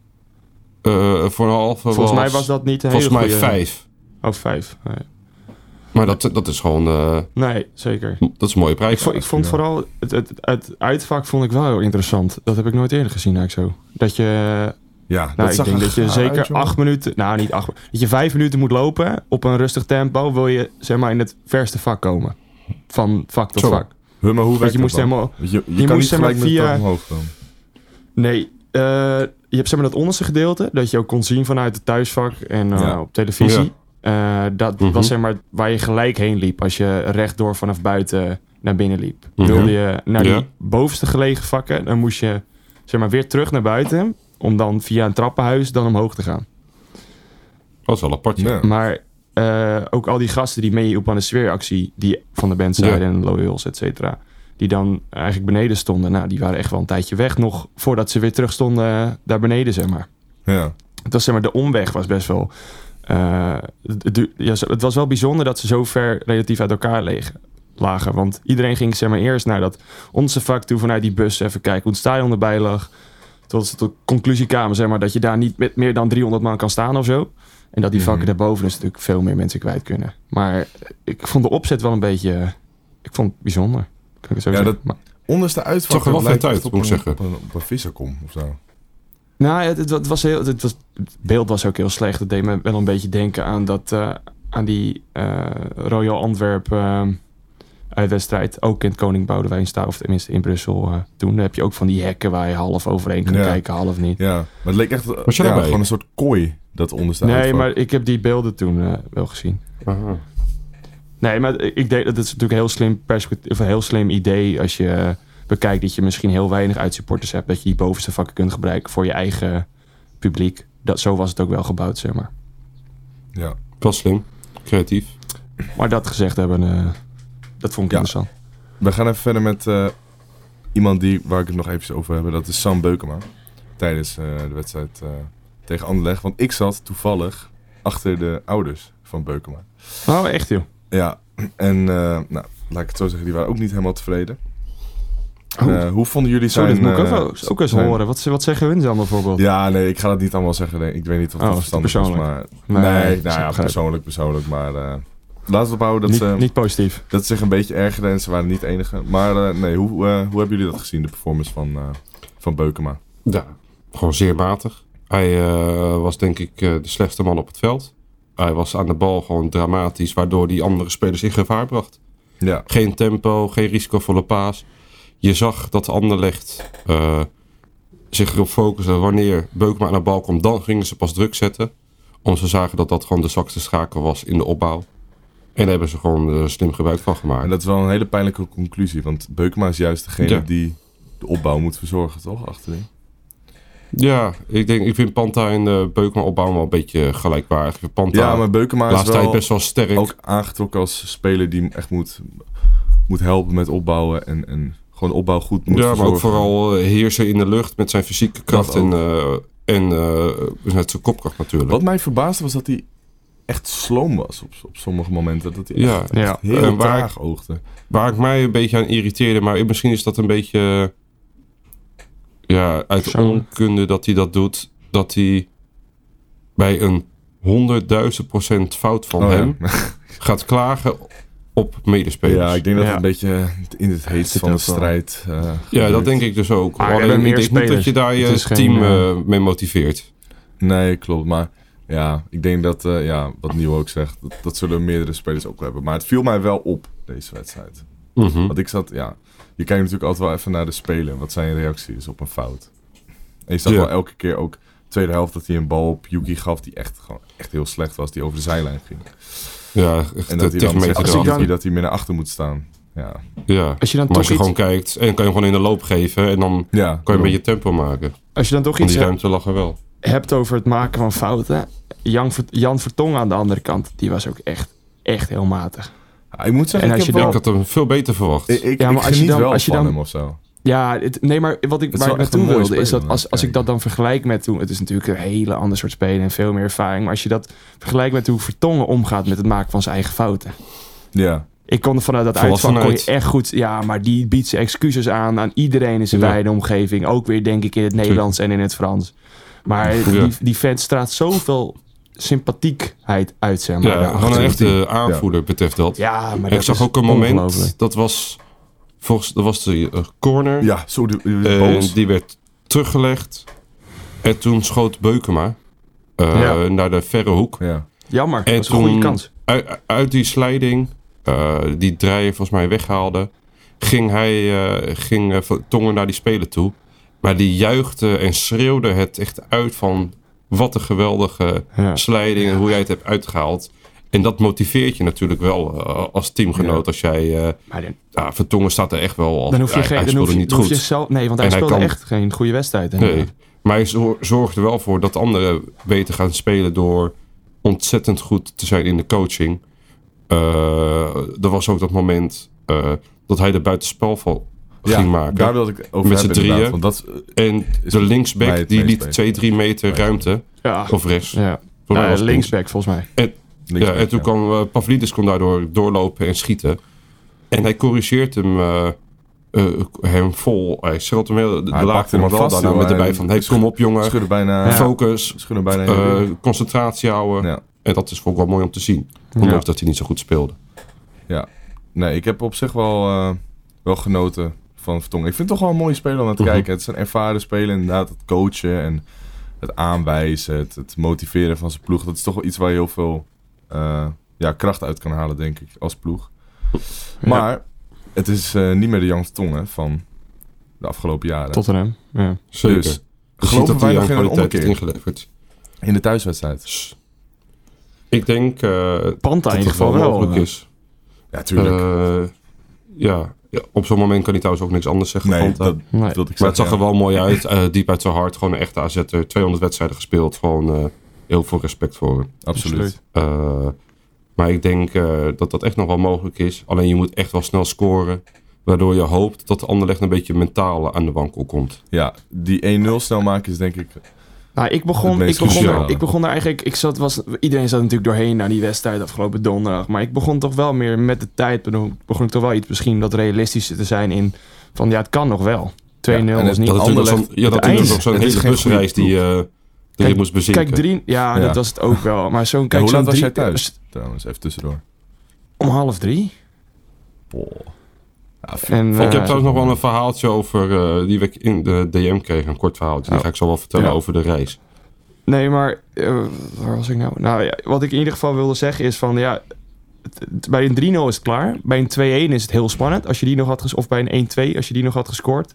Voor een halve Volgens mij was dat niet een hele volgens mij goede... 5. Oh, 5. Nee. Maar dat is gewoon... Nee, zeker. dat is een mooie prijs. Ik vond vooral... Het uitvak vond ik wel heel interessant. Dat heb ik nooit eerder gezien eigenlijk zo. Dat je... Ja, Nou, ik zag denk er dat je gaar zeker uit, jongen. 8 minuten... Nou, niet 8 dat je 5 minuten moet lopen op een rustig tempo... wil je, zeg maar, in het verste vak komen. Van vak tot Zo. vak. Huh, maar hoe werkt je moest dat dan? helemaal... Want je je kan moest, niet zeg maar, gelijk met via- het omhoog dan. Nee, je hebt zeg maar dat onderste gedeelte... dat je ook kon zien vanuit het thuisvak en Ja. op televisie. Dat Mhm. was zeg maar waar je gelijk heen liep... als je rechtdoor vanaf buiten naar binnen liep. Mhm. Wilde je naar die Ja. bovenste gelegen vakken... dan moest je zeg maar weer terug naar buiten... om dan via een trappenhuis dan omhoog te gaan. Dat is wel apart. Ja. Ja. Maar ook al die gasten die meehielpen aan de sfeeractie... die van de band zeiden en Loyals, et cetera... die dan eigenlijk beneden stonden... nou, die waren echt wel een tijdje weg nog... voordat ze weer terug stonden daar beneden, zeg maar. Ja. Het was, zeg maar, de omweg was best wel... het was wel bijzonder dat ze zo ver relatief uit elkaar lagen. Want iedereen ging, zeg maar, eerst naar dat onze vak toe... vanuit die bus even kijken hoe het stadion erbij lag... tot ze tot conclusie kwamen, zeg maar... dat je daar niet met meer dan 300 man kan staan of zo... En dat die vakken daarboven dus natuurlijk veel meer mensen kwijt kunnen. Maar ik vond de opzet wel een beetje... Ik vond het bijzonder. Kan ik het zo Ja, zeggen. dat- Maar, Onderste uitvak Zag er wel lijkt vet echt uit, moet ik zeggen. Op een vissenkom of zo. nou, het beeld was ook heel slecht. Het deed me wel een beetje denken aan dat... aan die Royal Antwerp uitwedstrijd. Ook in het Koning Boudewijnstadion. Of tenminste in Brussel toen. Daar heb je ook van die hekken waar je half overheen kan Ja. kijken, half niet. Ja, maar het leek echt Was je daarbij? gewoon een soort kooi, dat onderste Nee, uitvak. maar ik heb die beelden toen wel gezien. Aha. Nee, maar ik denk dat het is natuurlijk een heel slim perspectief, of een heel slim idee als je bekijkt dat je misschien heel weinig uitsupporters hebt, dat je die bovenste vakken kunt gebruiken voor je eigen publiek. Zo was het ook wel gebouwd, zeg maar. Ja. Wel slim. Creatief. Maar dat gezegd hebben, dat vond ik Ja. interessant. We gaan even verder met iemand waar ik het nog even over heb. Dat is Sam Beukema. Tijdens de wedstrijd tegen Anderlecht. Want ik zat toevallig achter de ouders van Beukema. Oh, echt joh. Ja, en nou, laat ik het zo zeggen, die waren ook niet helemaal tevreden. Hoe vonden jullie Zo, zijn... dit moet ik ook eens zijn- horen. Wat zeggen hun dan bijvoorbeeld? Ja, nee, ik ga dat niet allemaal zeggen. Nee. Ik weet niet of het Oh, verstandig is, persoonlijk. maar... Nee, Nee, dat nou ja, begrijp ik. persoonlijk. Maar laten we ophouden dat ze... Niet positief. Dat ze zich een beetje ergerden en ze waren niet de enige. Maar nee, hoe hebben jullie dat gezien, de performance van Beukema? Ja, gewoon zeer matig. Hij was denk ik de slechtste man op het veld. Hij was aan de bal gewoon dramatisch, waardoor die andere spelers in gevaar bracht. Ja, Geen tempo, geen risicovolle paas. Je zag dat Anderlecht zich erop focuste. Wanneer Beukema aan de bal komt, dan gingen ze pas druk zetten. Omdat ze zagen dat dat gewoon de zwakste schakel was in de opbouw. En daar hebben ze gewoon slim gebruik van gemaakt. en dat is wel een hele pijnlijke conclusie. Want Beukema is juist degene Ja. die de opbouw moet verzorgen, toch? Achterin. Ja, ik vind Panta en Beukema opbouwen wel een beetje gelijkwaardig. Ik vind Panta Ja, maar Beukema de is laatste tijd wel best wel sterk. ook aangetrokken als speler die echt moet helpen met opbouwen. En gewoon de opbouw goed moet Ja, maar verzorgen. ook vooral heersen in de lucht met zijn fysieke kracht Dat en met zijn kopkracht natuurlijk. Wat mij verbaasde was dat hij echt sloom was op sommige momenten. Dat hij Ja. echt heel traag oogde. Waar ik mij een beetje aan irriteerde, maar misschien is dat een beetje uit onkunde dat hij dat doet. Dat hij bij een 100.000% fout van hem gaat klagen op medespelers. Ja, ik denk dat het een beetje in het heetst van de strijd... dat denk ik dus ook. Maar alleen ik denk spelers. niet dat je daar je team mee motiveert. Nee, klopt. Maar ja, ik denk dat, wat Nieuw ook zegt, dat zullen meerdere spelers ook wel hebben. Maar het viel mij wel op, deze wedstrijd. Mm-hmm. Want ik zat, je kijkt natuurlijk altijd wel even naar de speler. Wat zijn reacties is op een fout? En je zag wel elke keer ook, tweede helft, dat hij een bal op Yuki gaf die echt heel slecht was, die over de zijlijn ging. Ja, en dat hij dan zegt dat hij meer naar achter moet staan. Ja. Als je dan maar als je gewoon kijkt, en kan je gewoon in de loop geven en dan kan je een beetje tempo maken. Als je dan toch Want iets die ruimte lag er wel. hebt over het maken van fouten. Jan Vertongen aan de andere kant, die was ook echt heel matig. Ja, ik moet zeggen, ik had hem veel beter verwacht. Ik geniet wel van hem of zo. Ja, maar waar ik naartoe wilde is dat als ik dat dan vergelijk met toen... Het is natuurlijk een hele ander soort spelen en veel meer ervaring. Maar als je dat vergelijkt met hoe Vertongen omgaat met het maken van zijn eigen fouten. Ja. Ik kon vanuit dat uitvak kon je echt goed... Ja, maar die biedt zijn excuses aan iedereen in zijn wijde omgeving. Ook weer denk ik in het Nederlands en in het Frans. Maar die vent straalt zoveel sympathiekheid uit, zeg maar. Ja, gewoon een echte aanvoerder betreft dat. Ja, maar ik zag ook een moment, dat was de corner. Ja, zo die werd teruggelegd. En toen schoot Beukema naar de verre hoek. Ja. Jammer, en dat was een goede kans. Uit die sliding, die Dreyer volgens mij weghaalde, ging Vertongen naar die speler toe. Maar die juichte en schreeuwde het echt uit van wat een geweldige sliding en hoe jij het hebt uitgehaald. En dat motiveert je natuurlijk wel als teamgenoot. Als jij... Vertongen staat er echt wel... Dan hoef je niet goed. Want hij speelde echt geen goede wedstrijd. Nee, maar hij zorgt er wel voor dat anderen beter gaan spelen door ontzettend goed te zijn in de coaching. Er was ook dat moment dat hij de buitenspelval ging maken. Daar wilde ik over met z'n drieën. Want en de linksback die liet 2-3 meter ruimte. Ja. Of rechts. Ja. Linksback volgens mij. En toen kwam Pavlidis daardoor doorlopen en schieten. En hij corrigeert hem vol. Hij schreeuwt hem heel de laag van wel daarna met erbij van... Hey, kom op jongen. Focus. Concentratie houden. Ja. En dat is ook wel mooi om te zien. Ondanks dat hij niet zo goed speelde. Ja. Nee, ik heb op zich wel genoten van Vertongen. Ik vind het toch wel een mooie speler om naar te kijken. Het is een ervaren speler inderdaad. Het coachen en het aanwijzen. Het motiveren van zijn ploeg. Dat is toch wel iets waar je heel veel... kracht uit kan halen, denk ik, als ploeg. Maar het is niet meer de Jan Vertongen van de afgelopen jaren. Tottenham, ja. Zeker. Dus geloven wij nog in een omkeer ingeleverd. In de thuiswedstrijd? Ik denk Panta in ieder geval wel mogelijk is. Ja, tuurlijk. Op zo'n moment kan hij trouwens ook niks anders zeggen. Nee, Panta. dat wilde ik zeggen. Maar het zag er wel mooi uit. Diep uit zijn hart. Gewoon een echte AZ'er. 200 wedstrijden gespeeld. Gewoon... heel veel respect voor hem. Absoluut. Maar ik denk dat echt nog wel mogelijk is. Alleen je moet echt wel snel scoren. Waardoor je hoopt dat de Anderlecht een beetje mentaal aan de wankel komt. Ja, die 1-0 snel maken is denk ik... Nou, ik begon daar eigenlijk... Iedereen zat natuurlijk doorheen naar die wedstrijd afgelopen donderdag. Maar ik begon toch wel meer met de tijd... begon ik toch wel iets misschien wat realistischer te zijn in... Van ja, het kan nog wel. 2-0 is niet Anderlecht. Dat is nog zo'n hele busreis die je moest bezinken. Kijk, dat was het ook wel. Maar hoe laat was jij thuis? Trouwens, even tussendoor. Om 2:30. Boah. Ja, ik heb trouwens nog wel een verhaaltje over die we in de DM kregen. Een kort verhaaltje. Die ga ik zo wel vertellen over de reis. Nee, maar waar was ik nou? Nou ja, wat ik in ieder geval wilde zeggen is van bij een 3-0 is het klaar. Bij een 2-1 is het heel spannend. Als je die nog had of bij een 1-2 als je die nog had gescoord.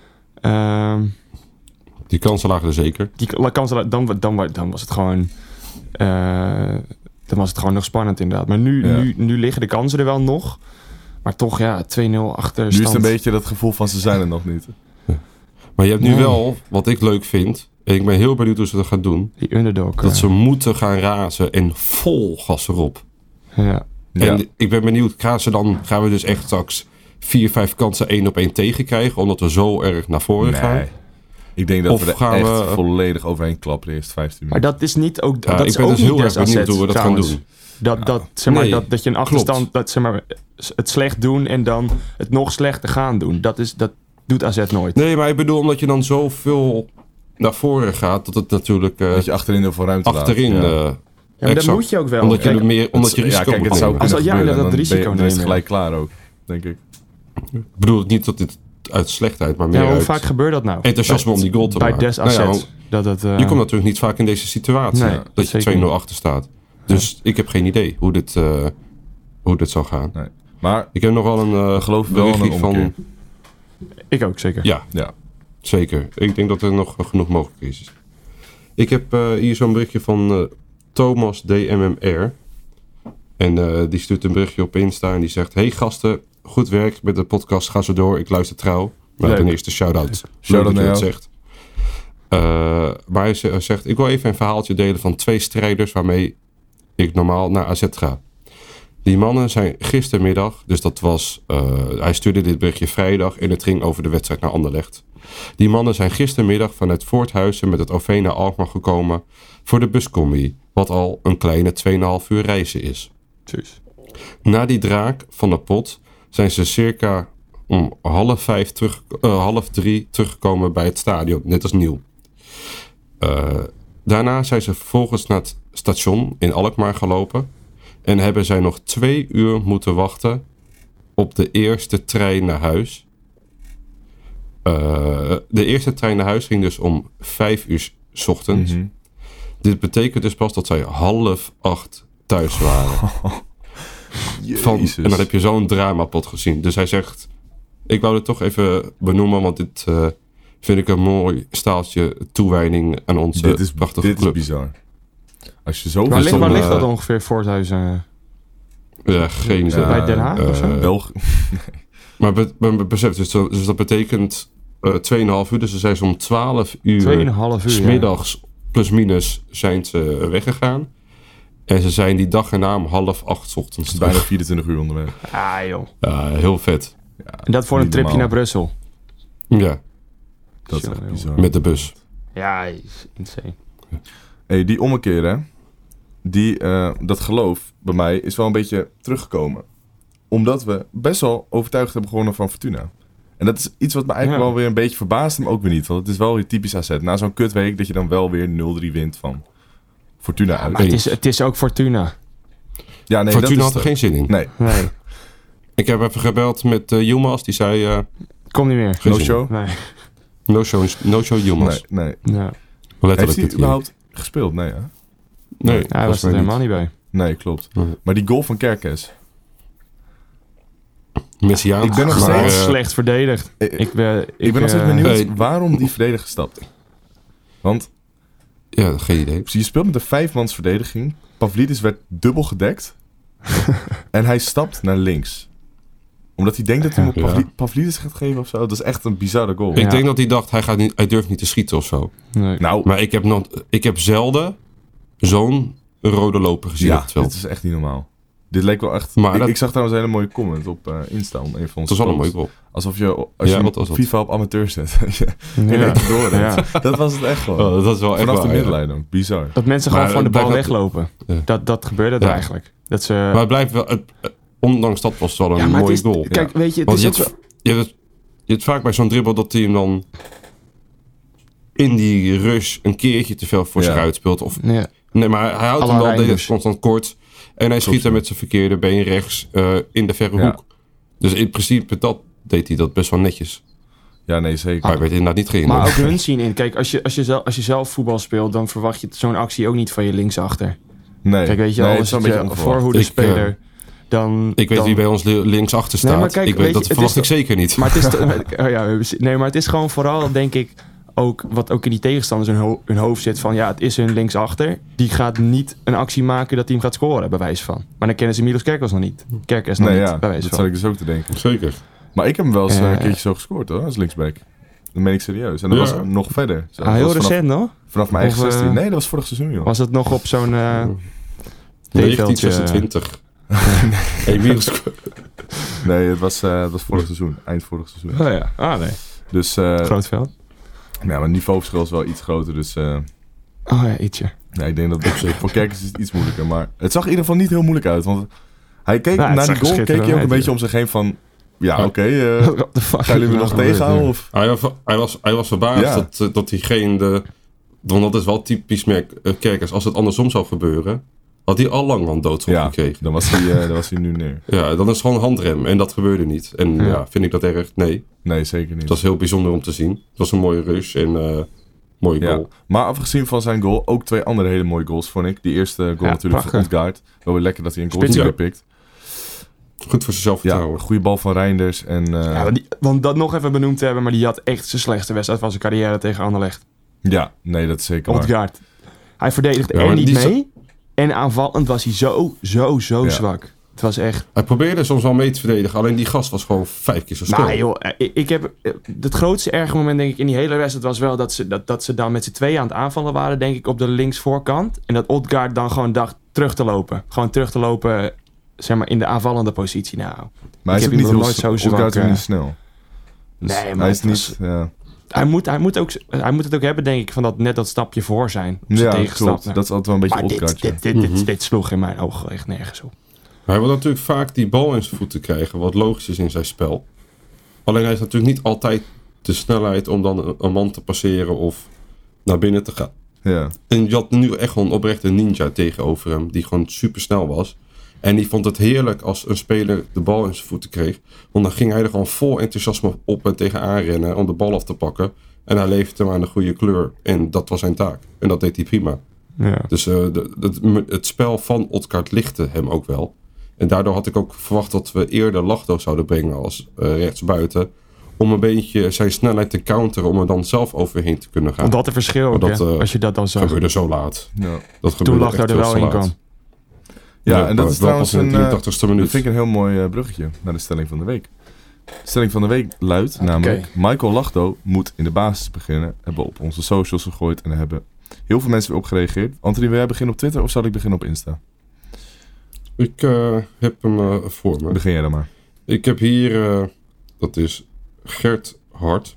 Die kansen lagen er zeker. Die kansen, dan was het gewoon... dan was het gewoon nog spannend inderdaad. Maar nu liggen de kansen er wel nog. Maar toch 2-0 achterstand. Nu is het een beetje dat gevoel van ze zijn er nog niet. Maar je hebt nu wel, wat ik leuk vind... En ik ben heel benieuwd hoe ze dat gaan doen. Die underdog. Dat ze moeten gaan razen en vol gas erop. Ja. En ik ben benieuwd, gaan we dus echt straks 4-5 kansen 1-op-1 tegen krijgen... omdat we zo erg naar voren gaan? Ik denk dat Of we er gaan echt we- volledig overheen klappen de eerste 15 Maar minuten. dat is niet ook. Ja, dat ik is ben ook dus niet heel erg des benieuwd assets, hoe we dat trouwens. gaan doen. Zeg maar, Nee, dat je een achterstand, dat, zeg maar, het slecht doen en dan het nog slechter gaan doen. Dat doet AZ nooit. Nee, maar ik bedoel, omdat je dan zoveel naar voren gaat, dat het natuurlijk Dat je achterin heel veel ruimte achterin... laat. Ja, maar dat exact. moet je ook wel. Omdat je, Kijk, omdat je risico kijk, moet het zou nemen. Als dat- kunnen ja, gebeuren. dat Dan risico dan is het nemen. gelijk klaar ook, denk ik. Ik bedoel niet dat dit uit slechtheid, maar meer ja, hoe uit vaak gebeurt dat nou? enthousiasme om die goal te Bij maken. des Nou ja, assets. je komt natuurlijk niet vaak in deze situatie, Nee, dat je zeker 2-0 niet. achter staat. Dus ik heb geen idee hoe dit zal gaan. Nee. Maar Ik heb nog wel een geloof wel in een berichtje van... omkeer. Ik ook, zeker. Ja, Ja. zeker. Ik denk dat er nog genoeg mogelijk is. Ik heb hier zo'n berichtje van Thomas DMMR. En die stuurt een berichtje op Insta en die zegt... Hey gasten, goed werk met de podcast. Ga zo door, ik luister trouw. Nou, Leuk. ten eerste shout-out. Shout-out Leuk dat je naar dat zegt. Maar hij zegt... Ik wil even een verhaaltje delen van 2 strijders... waarmee ik normaal naar AZ ga. Die mannen zijn gistermiddag... Dus dat was... hij stuurde dit berichtje vrijdag... en het ging over de wedstrijd naar Anderlecht. Die mannen zijn gistermiddag vanuit Voorthuizen... met het OV naar Alkmaar gekomen... voor de buscombi... wat al een kleine 2,5 uur reizen is. Precies. Na die draak van de pot... zijn ze circa om 2:30 teruggekomen bij het stadion... net als nieuw. Daarna zijn ze vervolgens naar het station in Alkmaar gelopen... en hebben zij nog 2 uur moeten wachten... op de eerste trein naar huis... de eerste trein naar huis ging dus om 5 uur 's ochtends. Mhm. Dit betekent dus pas dat zij 7:30 thuis waren. Jezus. En dan heb je zo'n dramapot gezien. Dus hij zegt... Ik wou het toch even benoemen... want dit vind ik een mooi staaltje toewijding... aan onze prachtige dit is club. bizar. Als je zo Waar ligt dat ongeveer, Voorthuizen? Ja, geen idee. Bij Den Haag of zo? België. Maar besef, dus dat betekent 2,5 uur. Dus ze zijn ze om 12 uur... 2,5 uur, 's ja. middags plus minus zijn ze weggegaan. En ze zijn die dag erna om 7:30 's ochtends Het is bijna terug. 24 uur onderweg. Ah, joh. Ja, heel vet. En dat voor een Niet tripje normaal. naar Brussel. Ja, Dat is echt Jongen, bizar. met de bus. Ja, is insane. Hey, die ommekeer, hè? Dat geloof bij mij is wel een beetje teruggekomen. Omdat we best wel overtuigd hebben gewonnen van Fortuna. En dat is iets wat me eigenlijk Ja. wel weer een beetje verbaast, maar ook weer niet. Want het is wel weer typisch AZ. Na zo'n kutweek dat je dan wel weer 0-3 wint van Fortuna uit. Maar het is ook Fortuna. Ja, nee, Fortuna dat had er geen zin in. Nee, Nee, Ik heb even gebeld met Yilmaz. Die zei... kom niet meer. geen no zin. show. Nee. No show Yilmaz. Nee. Ja. Letterlijk Heeft hij dit hier. überhaupt gespeeld? Nee, hè? Nee, Hij was er volgens mij helemaal niet bij. Nee, klopt. Nee. Maar die goal van Kerkes. Messiaans. Ik ben nog maar, steeds Slecht verdedigd. Ik ben Ik nog steeds benieuwd hey. waarom die verdediger stapt. Want Ja, geen idee. je speelt met een 5-mans verdediging. Pavlidis werd dubbel gedekt. En hij stapt naar links. Omdat hij denkt dat hij hem op Ja. Pavlidis gaat geven of zo. Dat is echt een bizarre goal. Ik denk dat hij dacht, hij durft niet te schieten of zo. Nee. Nou, Maar ik heb zelden zo'n rode loper gezien op ja, het veld. dit is echt niet normaal. Dit leek wel echt... Maar dat- ik zag trouwens een hele mooie comment op Insta. Om een van Het onze was wel een posts. mooie goal. Alsof je, als Ja, je wat was dat? FIFA op amateur zet. in Ja. één keer doorrent. Ja. Dat was het echt gewoon. Oh, dat is wel echt Vanaf de waar, ja. middenlijn ook. Bizar. Dat mensen Maar gewoon van de het bal blijft weglopen. Ja. Dat gebeurde er Ja. eigenlijk. Dat ze... Maar het blijft wel... ondanks dat was het wel een ja, maar mooie het is, goal. Kijk, weet je, het Want is je ook hebt, wel- je hebt vaak bij zo'n dribbel dat hij hem dan in die rush een keertje te veel voor Ja. zich uitspeelt. Of, Ja. nee, maar hij houdt À la hem wel Reinders. deze constant kort. En hij schiet hem met zijn verkeerde been rechts in de verre Ja. hoek. Dus in principe deed hij dat best wel netjes. Ja, nee, zeker. Maar hij werd inderdaad niet gehinderd. Maar ook hun zien in. Kijk, als je zelf voetbal speelt, dan verwacht je zo'n actie ook niet van je linksachter. Nee. Kijk, weet je nee, wel, het is als wel je een beetje onverwacht. voorhoede speler, dan... Ik weet dan, wie bij ons linksachter staat. Nee, maar kijk, ik weet weet, je, dat het verwacht is ik zeker niet. Maar het is, oh ja, nee, maar het is gewoon vooral, denk ik, ook wat ook in die tegenstanders hun hoofd zit van, ja, het is hun linksachter. Die gaat niet een actie maken dat hij hem gaat scoren, bij wijze van. Maar dan kennen ze Milos Kerkers nog niet. Kerkers nog Nee, niet, ja, bij wijze dat van. zat ik dus ook te denken. Zeker. Maar ik heb hem wel eens een Eh. keertje zo gescoord hoor, als linksback. Dat meen ik serieus. En dat Ja. was nog verder. Zo, Ah, dat heel was recent, no? vanaf mijn eigen Of, 16. Nee, dat was vorig seizoen joh. Was het nog op zo'n theeveldje? 1926. Emiel Nee, het was vorig seizoen. Eind vorig seizoen. Oh ja, nee. Dus Groot veld. Ja, maar het niveauverschil is wel iets groter, dus... Oh ja, ietsje. Ja, ik denk dat voor Kerkers is het iets moeilijker. Maar het zag in ieder geval niet heel moeilijk uit. Want hij keek Nou, het naar zag die goal, er keek hij ook een schitterend beetje uit, om zich heen van... Ja, Ja. oké, What the fuck gaan jullie me is nog er nou tegenhouden? gebeurd? Of... Hij was verbaasd Ja. dat hij geen... Want dat is wel typisch Kerkers. Als het andersom zou gebeuren, had hij al lang een doodschop Ja, gekregen. dan was hij nu neer. Ja, dan is het gewoon een handrem. En dat gebeurde niet. En ja, vind ik dat erg? Nee. Nee, zeker niet. Het was heel bijzonder om te zien. Het was een mooie rush en mooie Ja. goal. Maar afgezien van zijn goal, ook 2 andere hele mooie goals, vond ik. Die eerste goal Ja, natuurlijk van prachtig. Odgaard. Wel weer lekker dat hij een goal Spits, weer ja. pikt. Goed voor zijn Ja, zelfvertrouwen. goede bal van Reinders. En Ja, want dat nog even benoemd te hebben, maar die had echt zijn slechtste wedstrijd van zijn carrière tegen Anderlecht. nee, dat is zeker waar. Odgaard. Hij verdedigde Ja, er maar niet die mee. En aanvallend was hij zo Ja. zwak. Het was echt... Hij probeerde soms wel mee te verdedigen. Alleen die gast was gewoon 5 keer zo snel. Maar joh, ik heb... Het grootste erge moment denk ik in die hele wedstrijd was wel dat ze dan met z'n tweeën aan het aanvallen waren, denk ik, op de linksvoorkant. En dat Odgaard dan gewoon dacht terug te lopen. Gewoon terug te lopen, zeg maar, in de aanvallende positie. Nou, Maar hij Ik is heb ook niet hem heel nooit zo zwak, Odgaard is ook niet snel. Dus Nee, maar hij is het was- niet... Ja, hij moet het ook hebben, denk ik, van dat net stapje voor zijn. Op zijn ja tegenstander. klopt. Dat is altijd wel een beetje Maar Odgaard. dit sloeg in mijn ogen echt nergens op. Hij wil natuurlijk vaak die bal in zijn voeten krijgen, wat logisch is in zijn spel. Alleen hij heeft natuurlijk niet altijd de snelheid om dan een man te passeren of naar binnen te gaan. Ja. En je had nu echt gewoon oprecht een ninja tegenover hem, die gewoon super snel was. En die vond het heerlijk als een speler de bal in zijn voeten kreeg. Want dan ging hij er gewoon vol enthousiasme op en tegenaan rennen om de bal af te pakken. En hij leverde hem aan de goede kleur. En dat was zijn taak. En dat deed hij prima. Ja. Dus het spel van Odgaard lichtte hem ook wel. En daardoor had ik ook verwacht dat we eerder Lachdo zouden brengen als rechtsbuiten. Om een beetje zijn snelheid te counteren. Om er dan zelf overheen te kunnen gaan. Want dat een verschil ook, Maar dat, hè, als je dat dan Dat zag. gebeurde zo laat. Ja. Dat Toen gebeurde Lachdo echt er veel wel te in laat. kwam. Ja, en dat is wel trouwens pas in de een... 83ste Dat minuut. vind ik een heel mooi bruggetje naar de stelling van de week. De stelling van de week luidt namelijk... Michael Lachdo moet in de basis beginnen. Hebben we op onze socials gegooid en daar hebben heel veel mensen weer op gereageerd. Anthony, wil jij beginnen op Twitter of zal ik beginnen op Insta? Ik heb hem voor me. Begin jij dan maar. Ik heb hier, dat is Gert Hart,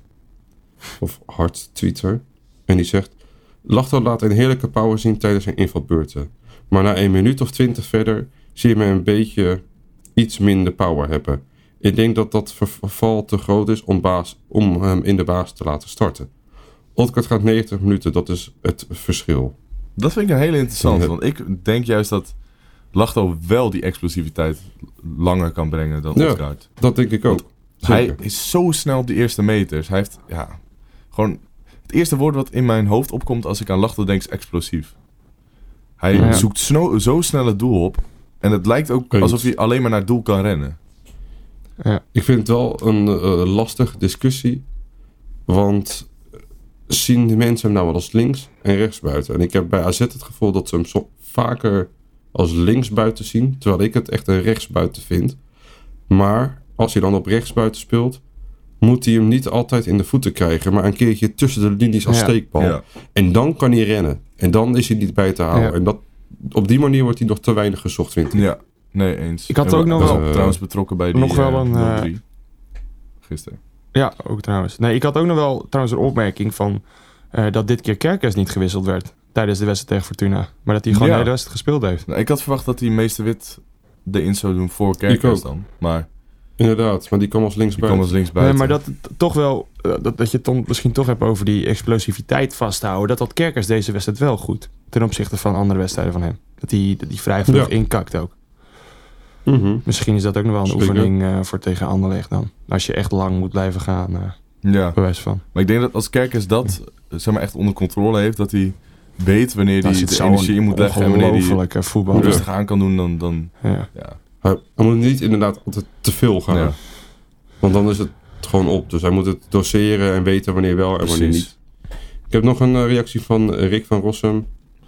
of Hart Twitter. En die zegt: Lachdo laat een heerlijke power zien tijdens zijn invalbeurten. Maar na 1 minuut of 20 verder zie je me een beetje iets minder power hebben. Ik denk dat dat verval te groot is om hem in de baas te laten starten. Odgaard gaat 90 minuten, dat is het verschil. Dat vind ik een hele interessante. Ja. Want ik denk juist dat Lachdo wel die explosiviteit langer kan brengen dan Ja. Odgaard. Dat denk ik ook. Hij Zeker. is zo snel op de eerste meters. Hij heeft, gewoon... Het eerste woord wat in mijn hoofd opkomt als ik aan Lachdo denk is explosief. Hij Ja. zoekt zo snel het doel op. En het lijkt ook Punt. alsof hij alleen maar naar het doel kan rennen. Ik vind het wel een lastige discussie. Want zien de mensen hem nou wel als links en rechtsbuiten? En ik heb bij AZ het gevoel dat ze hem vaker als linksbuiten zien. Terwijl ik het echt een rechtsbuiten vind. Maar als hij dan op rechtsbuiten speelt, moet hij hem niet altijd in de voeten krijgen. Maar een keertje tussen de linies als Ja. steekbal. Ja. En dan kan hij rennen. En dan is hij niet bij te houden. Ja. En op die manier wordt hij nog te weinig gezocht, vind ik. Ja, nee, eens. Ik had En ook we- nog we wel- zijn trouwens betrokken bij die nog wel een, 0-3. Gisteren. Ja, ook trouwens. Nee, ik had ook nog wel trouwens een opmerking van dat dit keer Kerkers niet gewisseld werd tijdens de wedstrijd tegen Fortuna. Maar dat hij gewoon Ja. de hele wedstrijd gespeeld heeft. Nou, ik had verwacht dat hij meester Wit erin zou doen voor Ik Kerkers ook. dan. Maar Inderdaad, maar die kwam als die linksbuiten. kwam als linksbuiten. Nee, maar dat toch wel, dat je het dan misschien toch hebt over die explosiviteit vasthouden. Dat had Kerkers deze wedstrijd wel goed. Ten opzichte van andere wedstrijden van hem. Dat hij vrij vlug Ja. inkakt ook. Mhm. Misschien is dat ook nog wel een Zeker. oefening voor tegen Anderlecht dan. Als je echt lang moet blijven gaan, Ja, bewijs van. maar ik denk dat als Kerkers dat zeg maar echt onder controle heeft, dat hij weet wanneer hij de energie in moet leggen en wanneer hij ongelofelijke voetbal. rustig aan kan doen, dan Ja. ja. Hij moet niet inderdaad altijd te veel gaan. Ja. Want dan is het gewoon op. Dus hij moet het doseren en weten wanneer wel en wanneer Precies. niet. Ik heb nog een reactie van Rick van Rossum.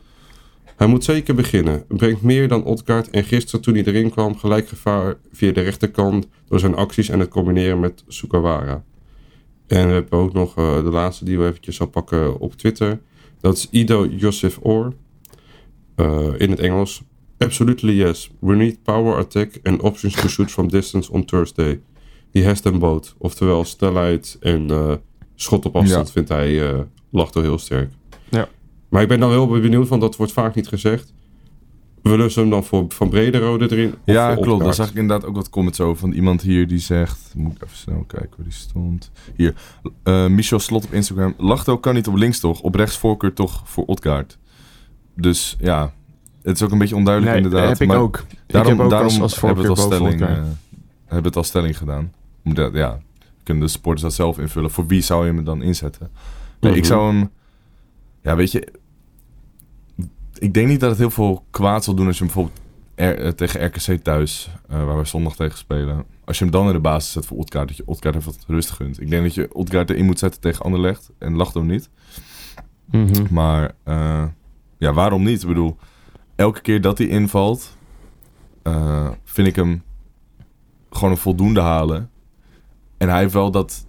Hij moet zeker beginnen. Brengt meer dan Odgaard en gisteren toen hij erin kwam gelijk gevaar via de rechterkant door zijn acties en het combineren met Sukawara. En we hebben ook nog de laatste die we eventjes zal pakken op Twitter. Dat is Ido Joseph Orr. In het Engels. Absolutely yes. We need power attack and options to shoot from distance on Thursday. He has them both. Oftewel snelheid en schot op afstand vindt hij Lachdo heel sterk. Ja. Maar ik ben dan heel benieuwd, want dat wordt vaak niet gezegd. Willen ze hem dan voor Van Brederode erin? Ja, klopt. Daar zag ik inderdaad ook wat comments over van iemand hier die zegt... Moet ik even snel kijken waar die stond. Hier. Michel Slot op Instagram. Lachdo kan niet op links toch? Op rechts voorkeur toch voor Odgaard. Dus ja, het is ook een beetje onduidelijk inderdaad. Heb ik maar ook. Daarom, ik heb ook daarom als voorkeur hebben we het als stelling gedaan. Omdat, ja, kunnen de supporters dat zelf invullen. Voor wie zou je hem dan inzetten? Nee, ik zou hem... Ja, weet je... Ik denk niet dat het heel veel kwaad zal doen als je hem bijvoorbeeld tegen RKC thuis, waar we zondag tegen spelen, als je hem dan in de basis zet voor Odgaard, dat je Odgaard even wat rust gunt. Ik denk dat je Odgaard erin moet zetten tegen Anderlecht en Lachdo niet. Mm-hmm. Maar ja, waarom niet? Ik bedoel, elke keer dat hij invalt, vind ik hem gewoon een voldoende halen. En hij heeft wel dat,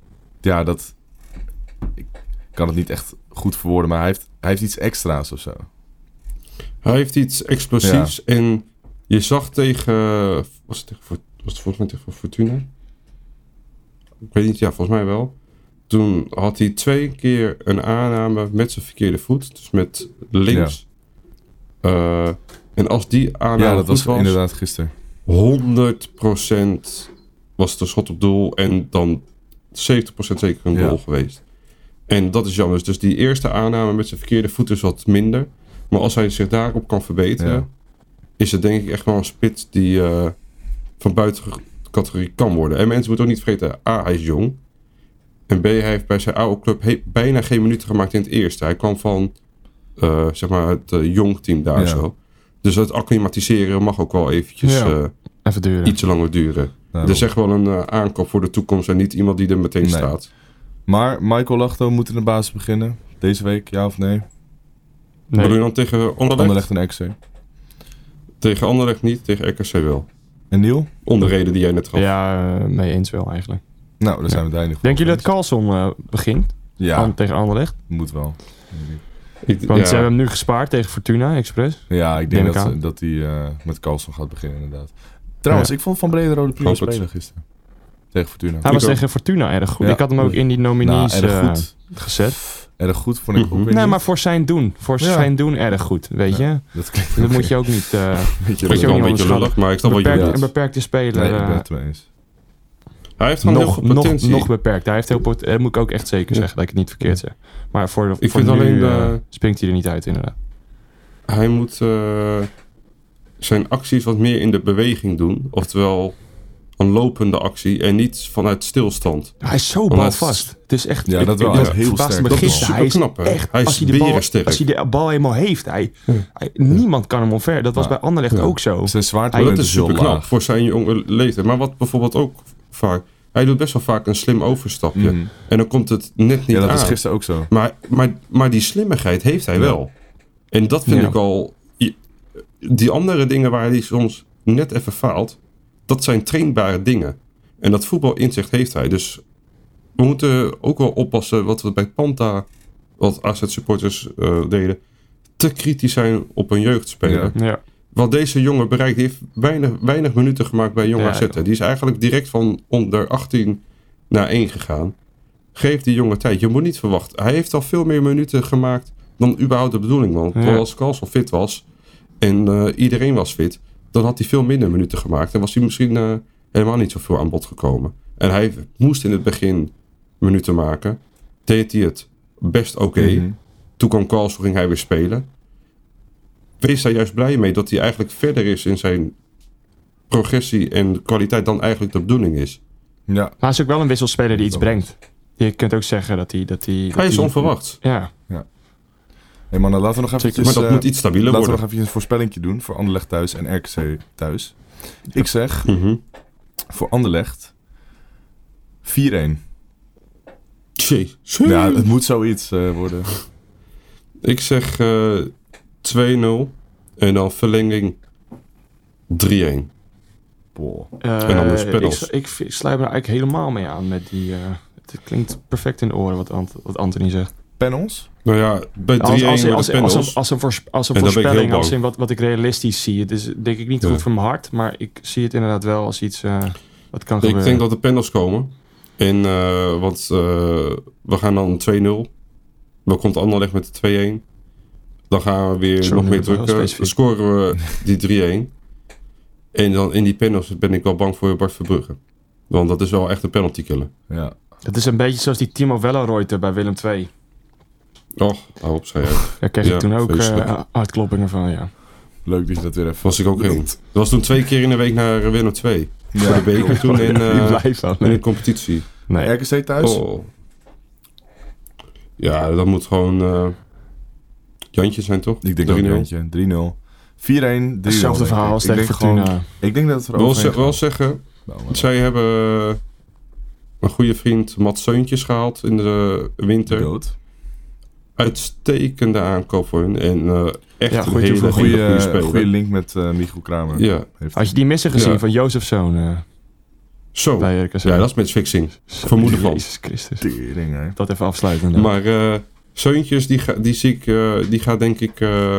ik kan het niet echt goed verwoorden, maar hij heeft iets extra's of zo. Hij heeft iets explosiefs en je zag tegen... Was het volgens mij tegen Fortuna? Ik weet niet, ja, volgens mij wel. Toen had hij 2 keer een aanname met zijn verkeerde voet. Dus met links. Ja. En als die aanname ja, dat was inderdaad gisteren. 100% was het een schot op doel en dan 70% zeker een goal geweest. En dat is jammer. Dus die eerste aanname met zijn verkeerde voet is wat minder. Maar als hij zich daarop kan verbeteren, is het denk ik echt wel een spits die van buiten categorie kan worden. En mensen moeten ook niet vergeten, A, hij is jong. En B, hij heeft bij zijn oude club bijna geen minuten gemaakt in het eerste. Hij kwam van zeg maar het jong team daar zo. Dus het acclimatiseren mag ook wel eventjes even duren. Iets langer duren. Dus echt wel een aankoop voor de toekomst en niet iemand die er meteen staat. Maar Michael Lachdo moet in de basis beginnen. Deze week, ja of nee? Wat doe je dan tegen Anderlecht? Anderlecht en RKC. Tegen Anderlecht niet, tegen RKC wel. En Niel? Om de reden die jij net gaf. Ja, mee eens wel eigenlijk. Nou, daar zijn we het eindelijk. Denk jullie dat Carlson begint? Ja. Tegen Anderlecht? Moet wel. Want ze hebben hem nu gespaard tegen Fortuna Express. Ja, ik denk dat hij met Carlson gaat beginnen inderdaad. Trouwens, ik vond Van Brederode prima spelen gisteren. Tegen Fortuna. Hij was tegen Fortuna erg goed. Ja. Ik had hem ook in die nominees gezet. Erg goed vond ik ook. Nee, maar voor zijn doen. Voor zijn doen erg goed, weet je. Dat moet je ook niet... moet je ook een beetje lullig, maar ik snap wel een beperkte speler. Nee, ik ben het mee eens. Hij heeft gewoon heel veel potentie. Nog beperkt. Hij heeft heel dat moet ik ook echt zeker zeggen, dat ik het niet verkeerd zeg. Maar voor vind nu alleen springt hij er niet uit, inderdaad. Hij moet zijn acties wat meer in de beweging doen. Oftewel een lopende actie en niet vanuit stilstand. Hij is zo balvast. Het is echt... Ja, dat wel. Hij is heel sterk. Dat is super knap, hè? Hij is berensterk. Als hij de bal eenmaal heeft, niemand kan hem omver. Dat was bij Anderlecht ook zo. Zijn zwaartepunt is super knap voor zijn jonge leeftijd. Maar wat bijvoorbeeld ook vaak... Hij doet best wel vaak een slim overstapje. En dan komt het net niet aan. Ja, dat is gisteren ook zo. Maar die slimmigheid heeft hij wel. En dat vind ik al... Die andere dingen waar hij soms net even faalt... Dat zijn trainbare dingen. En dat voetbalinzicht heeft hij. Dus we moeten ook wel oppassen wat we bij Panta, wat AZ-supporters deden, te kritisch zijn op een jeugdspeler. Ja. Wat deze jongen bereikt, heeft weinig minuten gemaakt bij Jong AZ. Ja. Die is eigenlijk direct van onder 18 naar 1 gegaan. Geef die jongen tijd. Je moet niet verwachten. Hij heeft al veel meer minuten gemaakt dan überhaupt de bedoeling. Want als Carlson fit was en iedereen was fit... dan had hij veel minder minuten gemaakt. En was hij misschien helemaal niet zoveel aan bod gekomen. En hij moest in het begin minuten maken. Deed hij het best oké. Toen kwam Carlson, ging hij weer spelen. Wees daar juist blij mee dat hij eigenlijk verder is in zijn progressie en kwaliteit dan eigenlijk de bedoeling is. Ja. Maar hij is ook wel een wisselspeler die iets brengt. Je kunt ook zeggen dat hij... Hij is onverwachts. Ja. Hey mannen, laten we nog eventjes... Maar dat moet iets stabieler worden. Laten we nog even een voorspellingje doen voor Anderlecht thuis en RKC thuis. Ik zeg voor Anderlecht 4-1. Ja, het moet zoiets worden. Ik zeg 2-0 en dan verlenging 3-1. En dan de pedals. Ik sluit me er eigenlijk helemaal mee aan met die... het klinkt perfect in de oren wat Anthony zegt. Panels? Nou ja, bij 3-1 als een voorspelling, als in wat ik realistisch zie. Het is denk ik niet goed voor mijn hart, maar ik zie het inderdaad wel als iets wat kan gebeuren. Ik denk dat de panels komen. En want we gaan dan 2-0. Dan komt Anderlecht met de 2-1. Dan gaan we weer Zo, nog nu meer wel drukken. Dan specifiek. scoren we die 3-1. En dan in die penalties ben ik wel bang voor Bart Verbrugge. Want dat is wel echt een penalty killer. Ja. Het is een beetje zoals die Timo Welleroyter bij Willem II. Och, hou op, zei hij. Daar kreeg Ja, ik toen ook vreselijk. uitkloppingen van, ja. Leuk dat je dat weer even... Was ik ook heen. Dat was toen 2 keer in de week naar Willem II. Voor de beker toen in, Die blijft wel. in de competitie. Nee. RKC thuis? Oh. Ja, dat moet gewoon Jantje zijn, toch? Ik denk ook 3-0. Jantje. 3-0. 4-1, 3-0. Hetzelfde verhaal als ik tegen denk Fortuna. gewoon- Ik denk dat het er Wel, overheen wel gaat. zeggen, Nou, maar- zij hebben een goede vriend Mat Seuntjes gehaald in de winter. Dood. Uitstekende aankoop voor hun. En echt Ja, een goede hele toevoeging. goede speler. Goede link met Michiel Kramer. Ja, Heeft Had je die missen gezien Ja. van Jozefzoon zo. bij RKC? Ja, dat is matchfixing. Vermoeden van. Jezus Christus. tering, hè. Dat even afsluiten. dan. Maar Seuntjes, die zie ik, die gaat denk ik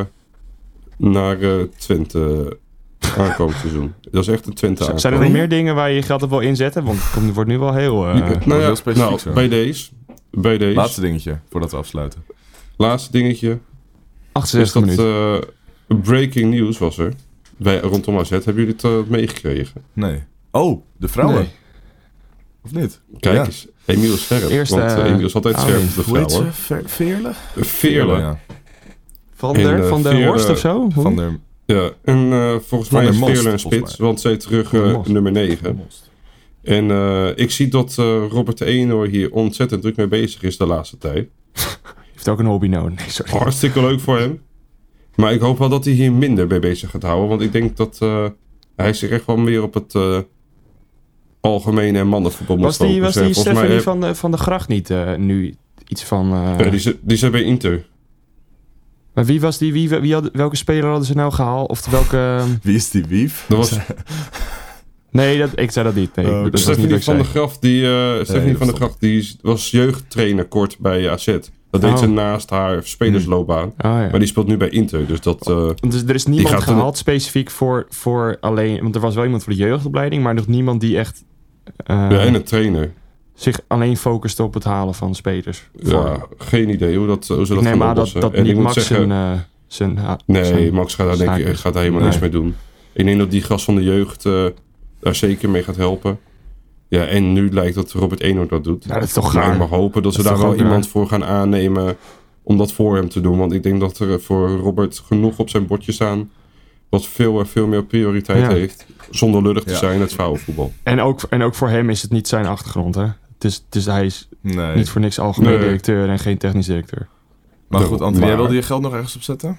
naar Twente aankomend seizoen. Dat is echt een Twente aankoop. Zijn er nog meer dingen waar je je geld op wil inzetten? Want het wordt nu wel heel... Nou ja, heel specifiek nou, zo. bij deze. Laatste dingetje, voordat we afsluiten. Laatste dingetje. Is 68 dat minuten. breaking news was er. Rondom AZ. Hebben jullie het meegekregen? Nee. Oh, de vrouwen. Nee. Of niet? Kijk Ja. eens. Emiel is scherp. Eerste, want Emiel is altijd scherp op de Hoe heet vrouwen. ze? Veerle? Veerle. Ja. Van En, der, van der Veerle- Horst of zo? Hoe? Van der... Ja, en volgens Van mij der is Most, Veerle een volgens spits. mij. Want zij terug Van der Most. nummer 9. En ik zie dat Robert de Eenhoorn hier ontzettend druk mee bezig is de laatste tijd. Heeft ook een hobby nodig. Nee, sorry. Hartstikke leuk voor hem. Maar ik hoop wel dat hij hier minder mee bezig gaat houden. Want ik denk dat hij zich echt wel meer op het algemene en mannenvoetbal moet Was die focussen. En volgens mij Stephanie van de Gracht niet nu iets van... Ja, die zijn bij Inter. Maar wie was die? Welke speler hadden ze nou gehaald? Of welke... Wie is die wief? Dat was Nee, ik zei dat niet. Nee, dat was niet Stephanie wat ik van zei. der Gracht. Stephanie van der Gracht die was jeugdtrainer kort bij AZ. Dat deed Oh. ze naast haar spelersloopbaan. Oh, ja. Maar die speelt nu bij Inter. Dus dat... Dus er is niemand gaat gehaald specifiek voor alleen... Want er was wel iemand voor de jeugdopleiding, maar nog niemand die echt ja, en een trainer. zich alleen focuste op het halen van spelers. Ja, geen idee hoe ze dat Ik neem gaan aan oplossen. dat En ik niet moet Max zeggen, zijn nee, Max gaat daar, denk ik, gaat daar helemaal niks mee doen. Ik denk dat die gast van de jeugd daar zeker mee gaat helpen. Ja, en nu lijkt dat Robert Eenhoorn dat doet. Ja, dat is toch Maar gaar. ik mag hopen dat ze Dat is daar toch wel ook iemand raar. voor gaan aannemen om dat voor hem te doen. Want ik denk dat er voor Robert genoeg op zijn bordje staan wat veel meer prioriteit Ja. heeft. Zonder lullig te Ja. zijn, het vrouwenvoetbal. En ook voor hem is het niet zijn achtergrond, hè? Dus hij is Nee. niet voor niks algemeen Nee. directeur en geen technisch directeur. Maar goed, Anthony, jij Maar- wilde je geld nog ergens opzetten?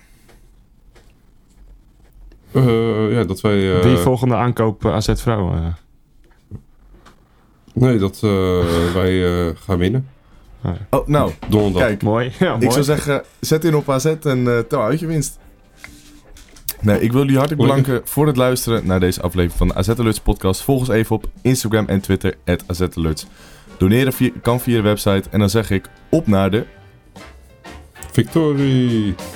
Ja, dat wij... Wie volgende aankoop AZ Vrouwen? Nee, dat wij gaan winnen. Oh, nou, Donderdag. kijk. Mooi. Ja, Ik mooi. zou zeggen, zet in op AZ en tel uit je winst. Nee, ik wil jullie hartelijk bedanken voor het luisteren naar deze aflevering van de AZ Alerts podcast. Volg ons even op Instagram en Twitter, @AZAlerts. Doneren kan via de website en dan zeg ik op naar de... Victorie!